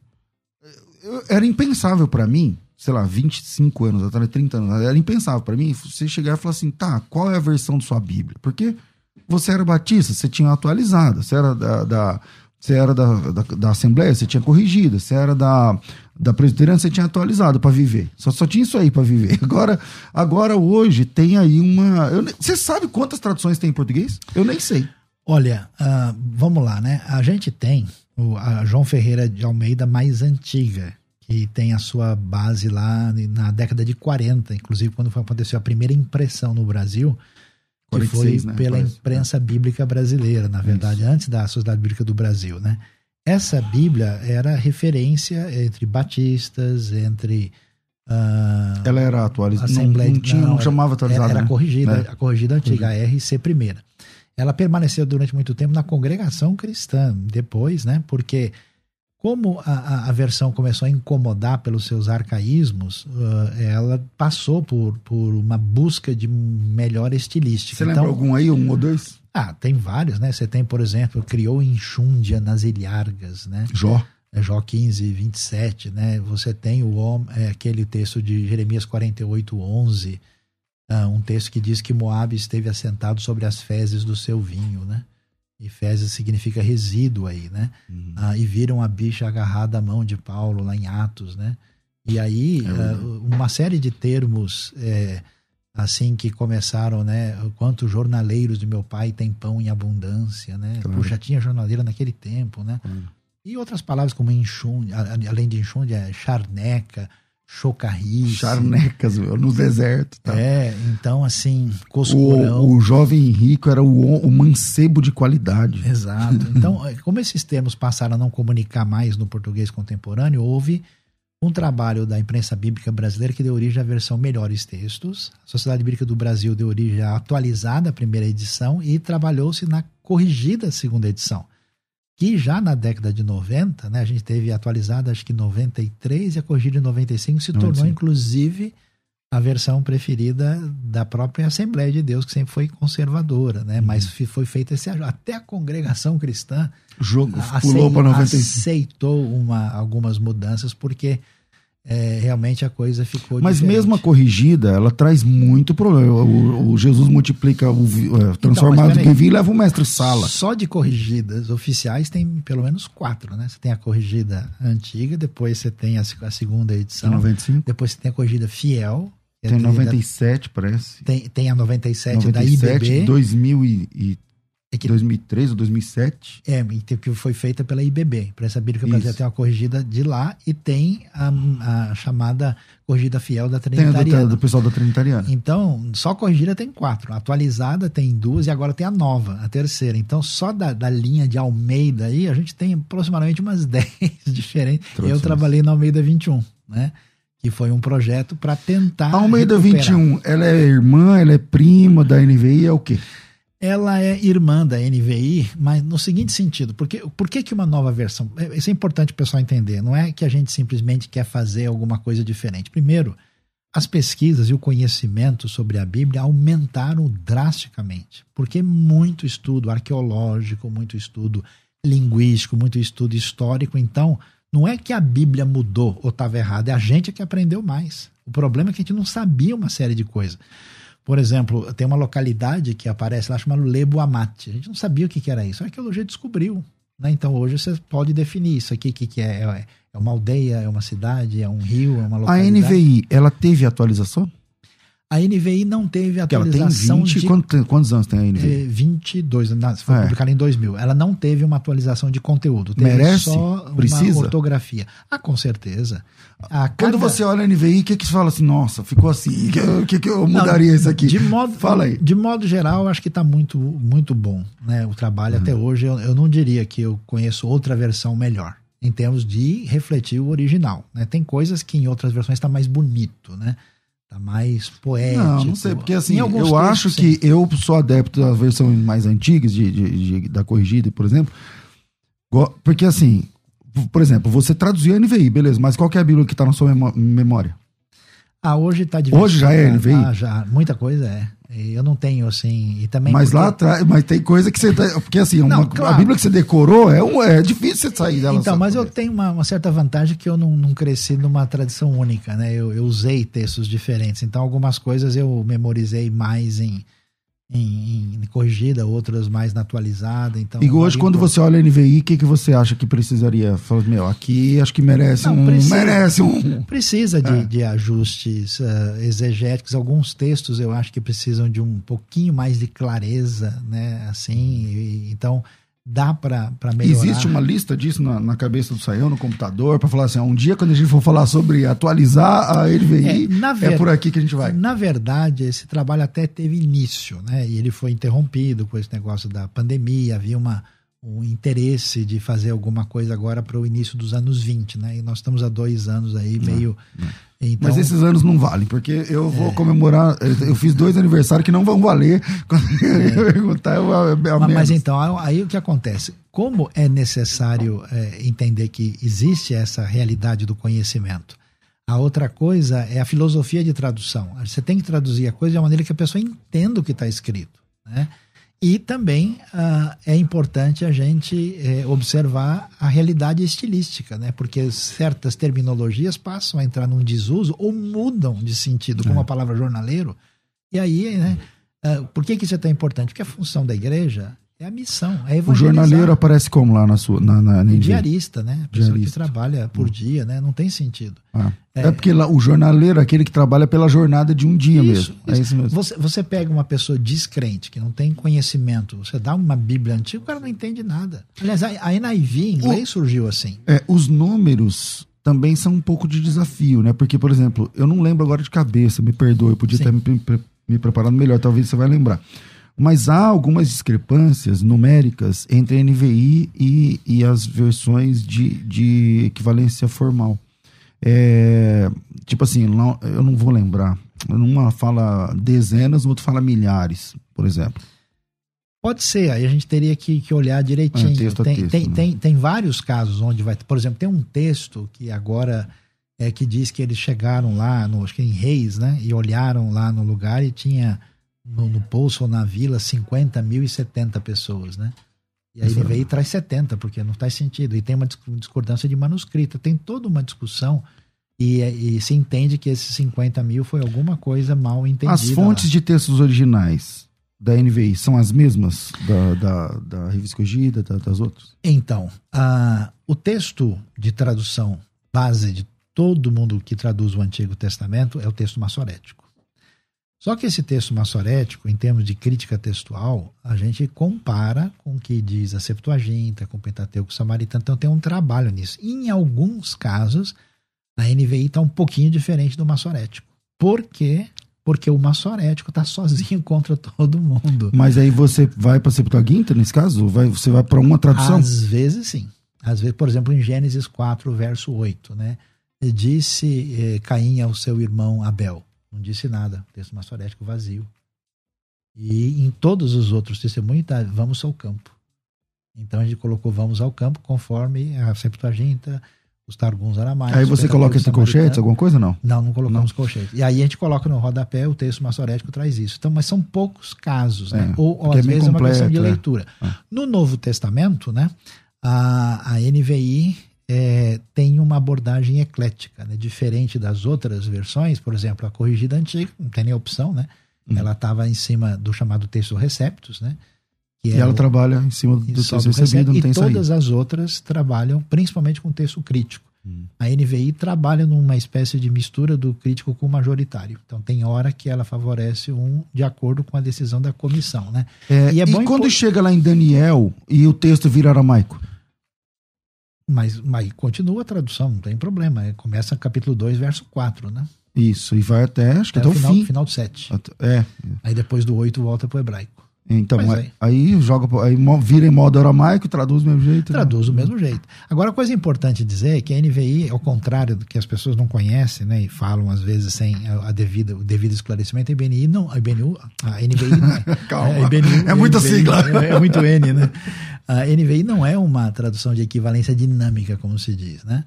era impensável para mim, sei lá, vinte e cinco anos atrás, trinta anos, era impensável para mim você chegar e falar assim, tá, qual é a versão de sua Bíblia? Porque você era batista, você tinha atualizado, você era da... da Você era da, da, da Assembleia, você tinha corrigido. Você era da, da Presbiteriana, você tinha atualizado para viver. Só, só tinha isso aí para viver. Agora, agora, hoje, tem aí uma... Eu, você sabe quantas traduções tem em português? Eu nem sei. Olha, uh, vamos lá, né? A gente tem o, a João Ferreira de Almeida mais antiga, que tem a sua base lá na década de quarenta, inclusive quando aconteceu a primeira impressão no Brasil... que foi né? pela imprensa bíblica brasileira, na verdade, Isso. antes da Sociedade Bíblica do Brasil, né? Essa Bíblia era referência entre batistas, entre... Uh, Ela era atualizada, Assembleia, não, não, tinha, não, não chamava atualizada. Era, era né? corrigida, é. a corrigida antiga, a R C primeira. Ela permaneceu durante muito tempo na congregação cristã, depois, né? Porque... Como a, a versão começou a incomodar pelos seus arcaísmos, uh, ela passou por, por uma busca de melhor estilística. Você então, lembra algum aí, um ou dois? Ah, tem vários, né? Você tem, por exemplo, criou enxúndia nas ilhargas, né? Jó. Jó quinze, vinte e sete, né? Você tem o, é, aquele texto de Jeremias quarenta e oito, onze, uh, um texto que diz que Moabe esteve assentado sobre as fezes do seu vinho, né? E fezes significa resíduo aí, né? Uhum. Ah, e viram a bicha agarrada à mão de Paulo lá em Atos, né? E aí, é uh, uma série de termos é, assim que começaram, né? Quantos jornaleiros de meu pai têm pão em abundância, né? Claro. Puxa, tinha jornaleira naquele tempo, né? Claro. E outras palavras como enxúndia, além de enxúndia, charneca, chocarris. Charnecas, no deserto. Tá? É, então assim, coscorão. O, o jovem rico era o, o mancebo de qualidade. Exato. Então, como esses termos passaram a não comunicar mais no português contemporâneo, houve um trabalho da imprensa bíblica brasileira que deu origem à versão Melhores Textos. A Sociedade Bíblica do Brasil deu origem à atualizada primeira edição e trabalhou-se na corrigida segunda edição. Que já na década de noventa, né, a gente teve atualizada acho que em noventa e três e a corrigida em noventa e cinco se tornou inclusive a versão preferida da própria Assembleia de Deus, que sempre foi conservadora, né? Uhum. Mas foi feita esse ajuste. Até a congregação cristã Jogo, pulou para noventa e cinco. Aceitou uma, algumas mudanças, porque é, realmente a coisa ficou Mas diferente. mesmo a corrigida, ela traz muito problema. O, o Jesus multiplica, o, é, transforma então, o vinho e leva o mestre sala. Só de corrigidas oficiais tem pelo menos quatro, né? Você tem a corrigida antiga, depois você tem a, a segunda edição. Tem noventa e cinco. Depois você tem a corrigida fiel. Tem noventa e sete, parece. Tem, tem a noventa e sete noventa e sete, da I B B. dois mil e, é que, dois mil e três ou dois mil e sete. É, que foi feita pela I B B. Imprensa Bíblica Brasileira tem uma corrigida de lá e tem a, a chamada corrigida fiel da Trinitariana. Tem a do, do pessoal da Trinitariana. Então, só corrigida tem quatro. A atualizada tem duas e agora tem a nova, a terceira. Então, só da, da linha de Almeida aí, a gente tem aproximadamente umas dez diferentes. Eu trabalhei na Almeida vinte e um, né? Que foi um projeto para tentar A Almeida recuperar. vinte e um, ela é irmã, ela é prima da N V I, é o quê? Ela é irmã da N V I, mas no seguinte sentido, porque, por que, que uma nova versão? Isso é importante o pessoal entender, não é que a gente simplesmente quer fazer alguma coisa diferente. Primeiro, as pesquisas e o conhecimento sobre a Bíblia aumentaram drasticamente, porque muito estudo arqueológico, muito estudo linguístico, muito estudo histórico, então não é que a Bíblia mudou ou estava errada, é a gente que aprendeu mais. O problema é que a gente não sabia uma série de coisas. Por exemplo, tem uma localidade que aparece lá chamada Lebo Amate. A gente não sabia o que, que era isso. A arqueologia descobriu, né? Então hoje você pode definir isso aqui, o que, que é. É uma aldeia, é uma cidade, é um rio, é uma localidade. A N V I, ela teve atualização? A N V I não teve atualização. Ela tem vinte, de... quantos, quantos anos tem a N V I? É, vinte e dois, não, foi é. publicada em dois mil. Ela não teve uma atualização de conteúdo. Teve Merece? só uma Precisa? ortografia. Ah, com certeza. A Quando cada... você olha a N V I, o que que você fala assim? Nossa, ficou assim. O que que eu mudaria não, isso aqui? De modo, fala aí. De modo geral, acho que está muito, muito bom, né? O trabalho uhum. até hoje. Eu, eu não diria que eu conheço outra versão melhor, em termos de refletir o original, né? Tem coisas que em outras versões está mais bonito, né? Tá mais poético. Não, não sei, porque assim, eu textos, acho sim. que eu sou adepto das versões mais antigas, de, de, de, da corrigida, por exemplo, porque assim, por exemplo, você traduziu a N V I, beleza, mas qual que é a Bíblia que tá na sua memória? Ah, hoje tá difícil. Hoje já é N V I? Ah, já, muita coisa é. Eu não tenho, assim, e também... Mas porque... lá atrás, mas tem coisa que você... Porque assim, não, uma, claro. A Bíblia que você decorou, é, um, é difícil você sair dela. Então, mas eu tenho uma, uma certa vantagem que eu não, não cresci numa tradição única, né? Eu, eu usei textos diferentes, então algumas coisas eu memorizei mais em, em, em corrigida, outras mais na atualizada, então... E hoje, quando você olha a N V I, o que, que você acha que precisaria? Fala, meu, aqui acho que merece não, um... Precisa, merece um... Precisa de, é. de ajustes uh, exegéticos, alguns textos eu acho que precisam de um pouquinho mais de clareza, né, assim, e, então dá para melhorar. Existe uma lista disso na, na cabeça do Saião, no computador, para falar assim, um dia quando a gente for falar sobre atualizar a N V I, é, ver... é por aqui que a gente vai. Na verdade, esse trabalho até teve início, né, e ele foi interrompido com esse negócio da pandemia, havia uma, um interesse de fazer alguma coisa agora para o início dos anos vinte, né, e nós estamos há dois anos aí meio... Não, não. Então, mas esses anos não valem, porque eu vou é. comemorar, eu fiz dois aniversários que não vão valer quando é. eu perguntar. Eu, eu, eu mas, mas então, aí o que acontece? Como é necessário é, entender que existe essa realidade do conhecimento? A outra coisa é a filosofia de tradução. Você tem que traduzir a coisa de uma maneira que a pessoa entenda o que está escrito, né? E também uh, é importante a gente é, observar a realidade estilística, né? Porque certas terminologias passam a entrar num desuso ou mudam de sentido, como a palavra jornaleiro. E aí, né? Uh, por que, que isso é tão importante? Porque a função da igreja é a missão, é evangelizar. O jornaleiro aparece como lá na sua... Na, na, na diarista, né? A pessoa diarista. que trabalha por hum. dia, né? Não tem sentido. Ah. É, é porque lá, o jornaleiro é aquele que trabalha pela jornada de um dia isso, mesmo. Isso. É isso mesmo. Você, você pega uma pessoa descrente, que não tem conhecimento, você dá uma Bíblia antiga, o cara não entende nada. Aliás, a, a N I V em inglês o, surgiu assim. É, os números também são um pouco de desafio, né? Porque, por exemplo, eu não lembro agora de cabeça, me perdoe, eu podia Sim. ter me, me, me preparado melhor, talvez você vai lembrar. Mas há algumas discrepâncias numéricas entre a N V I e, e as versões de, de equivalência formal. É, tipo assim, não, eu não vou lembrar. Uma fala dezenas, o outro fala milhares, por exemplo. Pode ser, aí a gente teria que, que olhar direitinho. É, texto a tem, texto, tem, né? tem, tem vários casos onde vai... Por exemplo, tem um texto que agora é, que diz que eles chegaram lá, no, acho que em Reis, né? E olharam lá no lugar e tinha no, no poço ou na vila cinquenta mil e setenta pessoas, né? E a N V I traz setenta, porque não faz sentido. E tem uma discordância de manuscrita, tem toda uma discussão e, e se entende que esses cinquenta mil foi alguma coisa mal entendida. As fontes lá de textos originais da N V I são as mesmas da, da, da Revista Corrigida, da, das outras? Então, a, o texto de tradução base de todo mundo que traduz o Antigo Testamento é o texto massorético. Só que esse texto massorético, em termos de crítica textual, a gente compara com o que diz a Septuaginta, com o Pentateuco Samaritano, então tem um trabalho nisso. E em alguns casos, a N V I está um pouquinho diferente do massorético. Por quê? Porque o massorético está sozinho contra todo mundo. Mas aí você vai para a Septuaginta, nesse caso? Vai, você vai para uma tradução? Às vezes sim. Às vezes, por exemplo, em Gênesis quatro, verso oito, né? Disse eh, Caim ao seu irmão Abel. Não disse nada. Texto massorético vazio. E em todos os outros testemunhos, tá, vamos ao campo. Então a gente colocou vamos ao campo conforme a Septuaginta, os Targums aramaicos. Aí você coloca entre colchetes, alguma coisa, não? Não, não colocamos não. colchetes. E aí a gente coloca no rodapé, o texto massorético traz isso. Então, mas são poucos casos, né? É, ou, ou às é vezes completo, é uma questão de leitura. É. Ah. No Novo Testamento, né, a, a N V I é, tem uma abordagem eclética, né, diferente das outras versões. Por exemplo, a corrigida antiga, não tem nem opção, né? Hum. Ela estava em cima do chamado texto receptus, né? Que e é ela o, trabalha em cima do texto recebido, não tem E todas saída. as outras trabalham principalmente com texto crítico. Hum. A N V I trabalha numa espécie de mistura do crítico com o majoritário. Então tem hora que ela favorece um de acordo com a decisão da comissão, né? É, e é e bom quando impor... chega lá em Daniel e o texto vira aramaico? Mas, mas continua a tradução, não tem problema. Começa capítulo dois, verso quatro, né? Isso, e vai até, acho que até, até o final, fim. final do sete. É. Aí depois do oito volta pro hebraico. Então, Mas aí, aí joga, aí vira em modo aramaico, traduz do mesmo jeito. Traduz né? do mesmo jeito. Agora, a coisa importante dizer é que a N V I, ao contrário do que as pessoas não conhecem, né, e falam às vezes sem a, a devida, o devido esclarecimento, a I B N I não, a I B N U, a N V I não é. Calma, é, I B N U, é muita N V I, sigla. É, é muito N, né? A N V I não é uma tradução de equivalência dinâmica, como se diz, né?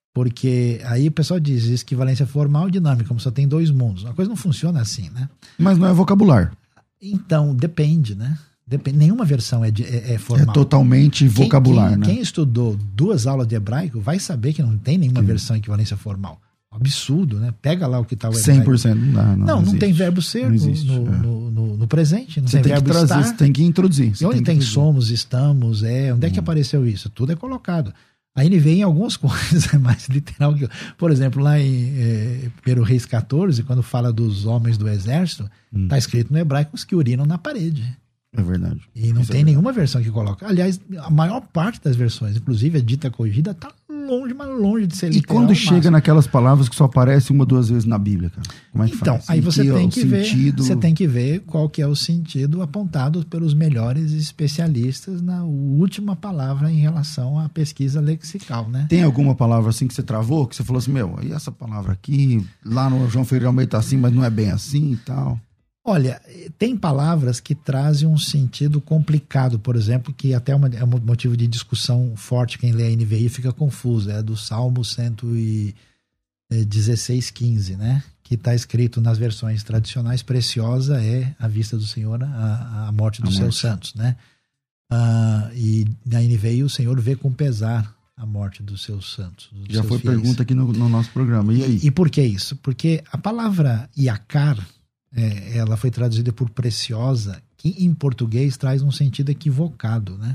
Porque aí o pessoal diz equivalência formal e dinâmica, como só tem dois mundos. A coisa não funciona assim, né? Mas não é vocabulário. Então, depende, né? Depende, nenhuma versão é, de, é, é formal. É totalmente vocabulário, quem, quem, né? Quem estudou duas aulas de hebraico vai saber que não tem nenhuma Sim. versão equivalência formal. Absurdo, né? Pega lá o que está o hebraico. cem por cento não dá. Não, não, não, não tem verbo ser no, existe, no, é. no, no, no presente. Não você tem, tem verbo que trazer, estar. Você tem que introduzir. E onde tem, tem somos, estamos, é. Onde é que hum. apareceu isso? Tudo é colocado. A N V I em algumas coisas é mais literal que... Por exemplo, lá em é, primeiro Reis quatorze, quando fala dos homens do exército, está hum. escrito no hebraico os que urinam na parede. É verdade. E não Isso tem é nenhuma versão que coloca. Aliás, a maior parte das versões, inclusive a dita corrigida, está longe, mas longe de ser literal. E quando chega máximo. naquelas palavras que só aparecem uma, duas vezes na Bíblia, cara? Como é que então, faz? aí você que tem é que ver, sentido... você tem que ver qual que é o sentido apontado pelos melhores especialistas na última palavra em relação à pesquisa lexical, né? Tem alguma palavra assim que você travou, que você falou assim, meu, e essa palavra aqui, lá no João Ferreira Almeida tá assim, mas não é bem assim e tal... Olha, tem palavras que trazem um sentido complicado, por exemplo, que até é um motivo de discussão forte, quem lê a N V I fica confuso, é do Salmo cento e dezesseis, quinze, né? Que está escrito nas versões tradicionais, preciosa é a vista do Senhor, a, a morte dos a seus morte. santos, né? Ah, e na N V I o Senhor vê com pesar a morte dos seus santos. Dos Já seus foi fiéis. pergunta aqui no, no nosso programa, e aí? E, e por que isso? Porque a palavra iacar, É, ela foi traduzida por preciosa, que em português traz um sentido equivocado, né?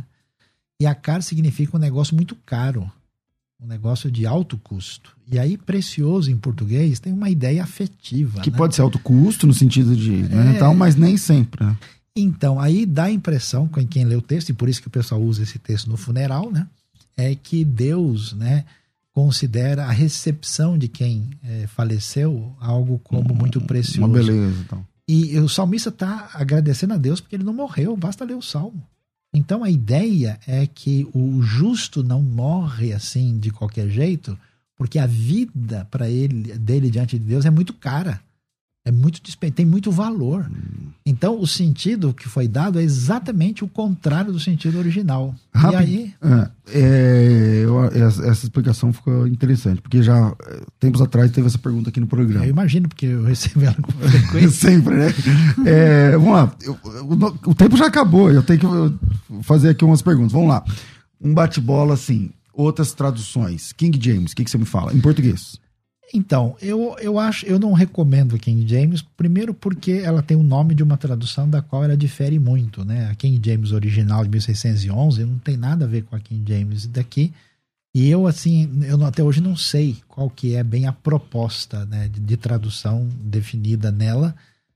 Iacar significa um negócio muito caro, um negócio de alto custo. E aí precioso em português tem uma ideia afetiva. Que né? pode ser alto custo no sentido de... Né, é... tal, mas nem sempre. Né? Então, aí dá a impressão, com quem lê o texto, e por isso que o pessoal usa esse texto no funeral, né? É que Deus, né, considera a recepção de quem é, faleceu algo como hum, muito precioso. Uma beleza, então. E o salmista está agradecendo a Deus porque ele não morreu, basta ler o salmo. Então a ideia é que o justo não morre assim de qualquer jeito, porque a vida para ele, dele diante de Deus é muito cara. É muito tem muito valor. Hum. Então, o sentido que foi dado é exatamente o contrário do sentido original. Rápido. E aí... É, é, eu, essa, essa explicação ficou interessante, porque já, tempos atrás, teve essa pergunta aqui no programa. Eu imagino, porque eu recebo ela com frequência. Sempre, né? É, vamos lá. Eu, o, o tempo já acabou, eu tenho que fazer aqui umas perguntas. Vamos lá. Um bate-bola, assim, outras traduções. King James, o que, que você me fala? Em português. Então, eu, eu acho, eu não recomendo a King James, primeiro porque ela tem o nome de uma tradução da qual ela difere muito, né? A King James original de mil seiscentos e onze não tem nada a ver com a King James daqui, e eu, assim, eu até hoje não sei qual que é bem a proposta, né, de, de tradução definida nela,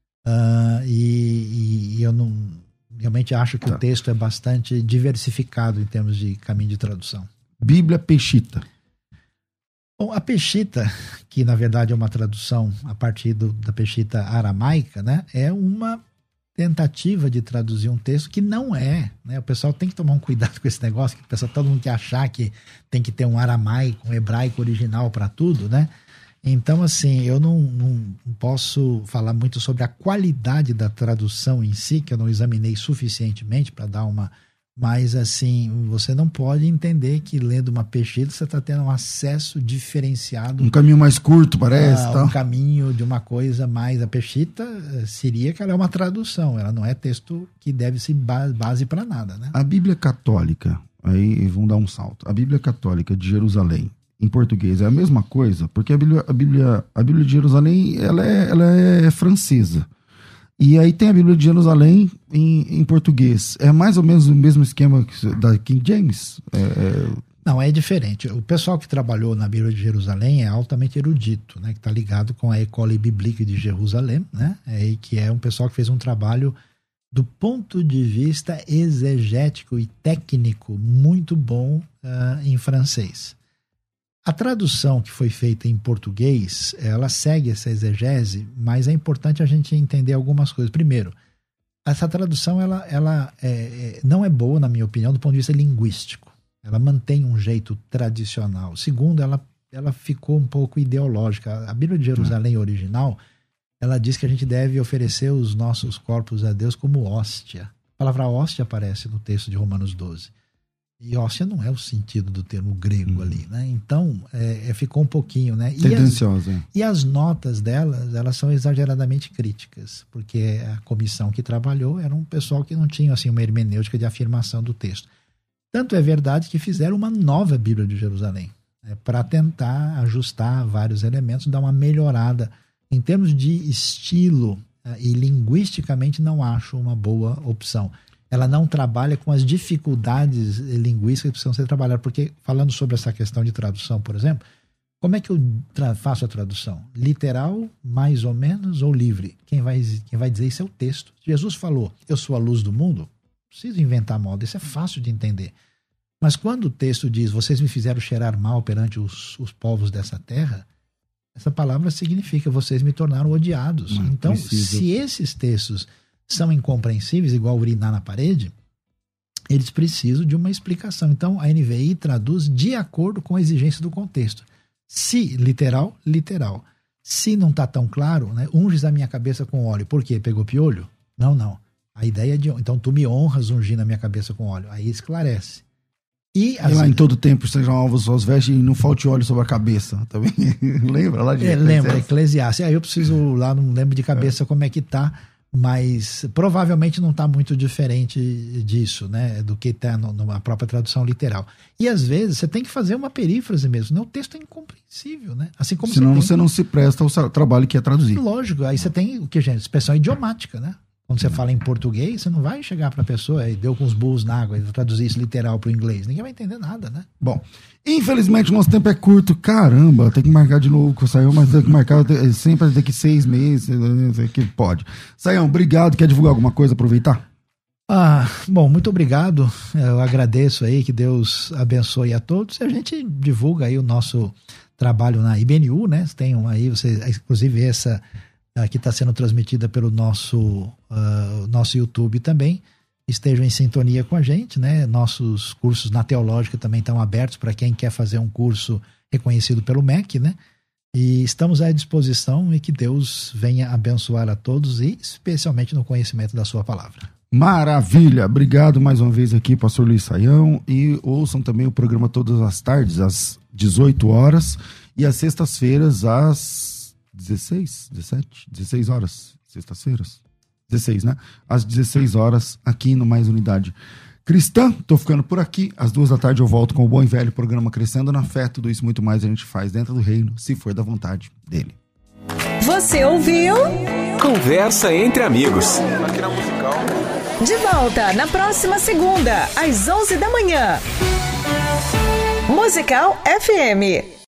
uh, e, e eu não, realmente acho que tá. O texto é bastante diversificado em termos de caminho de tradução. Bíblia Peshitta. Bom, a Peshitta, que na verdade é uma tradução a partir do, da Peshitta aramaica, né, é uma tentativa de traduzir um texto que não é, né? O pessoal tem que tomar um cuidado com esse negócio, que o pessoal, todo mundo quer achar que tem que ter um aramaico, um hebraico original para tudo, né? Então, assim, eu não, não posso falar muito sobre a qualidade da tradução em si, que eu não examinei suficientemente para dar uma... Mas, assim, você não pode entender que lendo uma Peshitta você está tendo um acesso diferenciado. Um caminho mais curto, parece. Uh, tá? Um caminho de uma coisa mais... A Peshitta seria que ela é uma tradução, ela não é texto que deve ser base para nada, né? A Bíblia Católica, aí vamos dar um salto. A Bíblia Católica de Jerusalém, em português, é a mesma coisa? Porque a Bíblia, a Bíblia, a Bíblia de Jerusalém, ela é, ela é francesa. E aí tem a Bíblia de Jerusalém em, em português. É mais ou menos o mesmo esquema da King James? É, é... Não, é diferente. O pessoal que trabalhou na Bíblia de Jerusalém é altamente erudito, né? Que está ligado com a École Biblique de Jerusalém, né? É, que é um pessoal que fez um trabalho do ponto de vista exegético e técnico muito bom uh, em francês. A tradução que foi feita em português, ela segue essa exegese, mas é importante a gente entender algumas coisas. Primeiro, essa tradução ela, ela é, é, não é boa, na minha opinião, do ponto de vista linguístico. Ela mantém um jeito tradicional. Segundo, ela, ela ficou um pouco ideológica. A Bíblia de Jerusalém original, ela diz que a gente deve oferecer os nossos corpos a Deus como hóstia. A palavra hóstia aparece no texto de Romanos doze. E hóstia não é o sentido do termo grego hum. ali, né? Então, é, é, ficou um pouquinho, né? E tendenciosa. As, e as notas delas, elas são exageradamente críticas, porque a comissão que trabalhou era um pessoal que não tinha, assim, uma hermenêutica de afirmação do texto. Tanto é verdade que fizeram uma nova Bíblia de Jerusalém, né, para tentar ajustar vários elementos, dar uma melhorada. Em termos de estilo e linguisticamente, não acho uma boa opção. Ela não trabalha com as dificuldades linguísticas que precisam ser trabalhadas. Porque, falando sobre essa questão de tradução, por exemplo, como é que eu faço a tradução? Literal, mais ou menos, ou livre? Quem vai, quem vai dizer isso é o texto. Jesus falou, eu sou a luz do mundo, não preciso inventar moda, isso é fácil de entender. Mas quando o texto diz, vocês me fizeram cheirar mal perante os, os povos dessa terra, essa palavra significa, vocês me tornaram odiados. Não, então, preciso. Se esses textos são incompreensíveis, igual urinar na parede, eles precisam de uma explicação. Então, a N V I traduz de acordo com a exigência do contexto. Se literal, literal. Se não está tão claro, né, unges a minha cabeça com óleo. Por quê? Pegou piolho? Não, não. A ideia é de... Então, tu me honras ungindo a minha cabeça com óleo. Aí esclarece. E, e lá em todo tempo sejam alvos suas vestes e não falte óleo sobre a cabeça. Também lembra lá de... É, lembra, Eclesiastes. Aí eu preciso lá, não lembro de cabeça é. como é que tá, mas provavelmente não está muito diferente disso, né, do que está na própria tradução literal. E às vezes você tem que fazer uma perífrase mesmo, né? O texto é incompreensível, né? Assim como senão você, você não se presta ao trabalho que é traduzir. Lógico, aí você tem o que, gente? Expressão idiomática, né? Quando você fala em português, você não vai chegar para a pessoa e deu com os burros na água e traduzir isso literal para o inglês. Ninguém vai entender nada, né? Bom, infelizmente o nosso tempo é curto. Caramba, tem que marcar de novo que saiu, mas tem que marcar sempre daqui seis meses, que pode. Saião, obrigado. Quer divulgar alguma coisa, aproveitar? Ah, bom, muito obrigado. Eu agradeço aí, que Deus abençoe a todos. E a gente divulga aí o nosso trabalho na I B N U, né? Tem um aí, você, inclusive essa... que está sendo transmitida pelo nosso, uh, nosso YouTube também, estejam em sintonia com a gente, né? Nossos cursos na Teológica também estão abertos para quem quer fazer um curso reconhecido pelo M E C, né? E estamos à disposição e que Deus venha abençoar a todos e especialmente no conhecimento da sua palavra. Maravilha! Obrigado mais uma vez aqui, pastor Luiz Saião, e ouçam também o programa todas as tardes, às dezoito horas, e às sextas-feiras, às dezesseis, dezessete, dezesseis horas, sextas-feiras, dezesseis, né? Às dezesseis horas, aqui no Mais Unidade Cristã. Tô ficando por aqui, às duas da tarde eu volto com o bom e velho programa Crescendo na Fé, tudo isso muito mais a gente faz dentro do reino, se for da vontade dele. Você ouviu? Conversa entre amigos. Aqui na Musical. De volta na próxima segunda, às onze da manhã. Musical F M.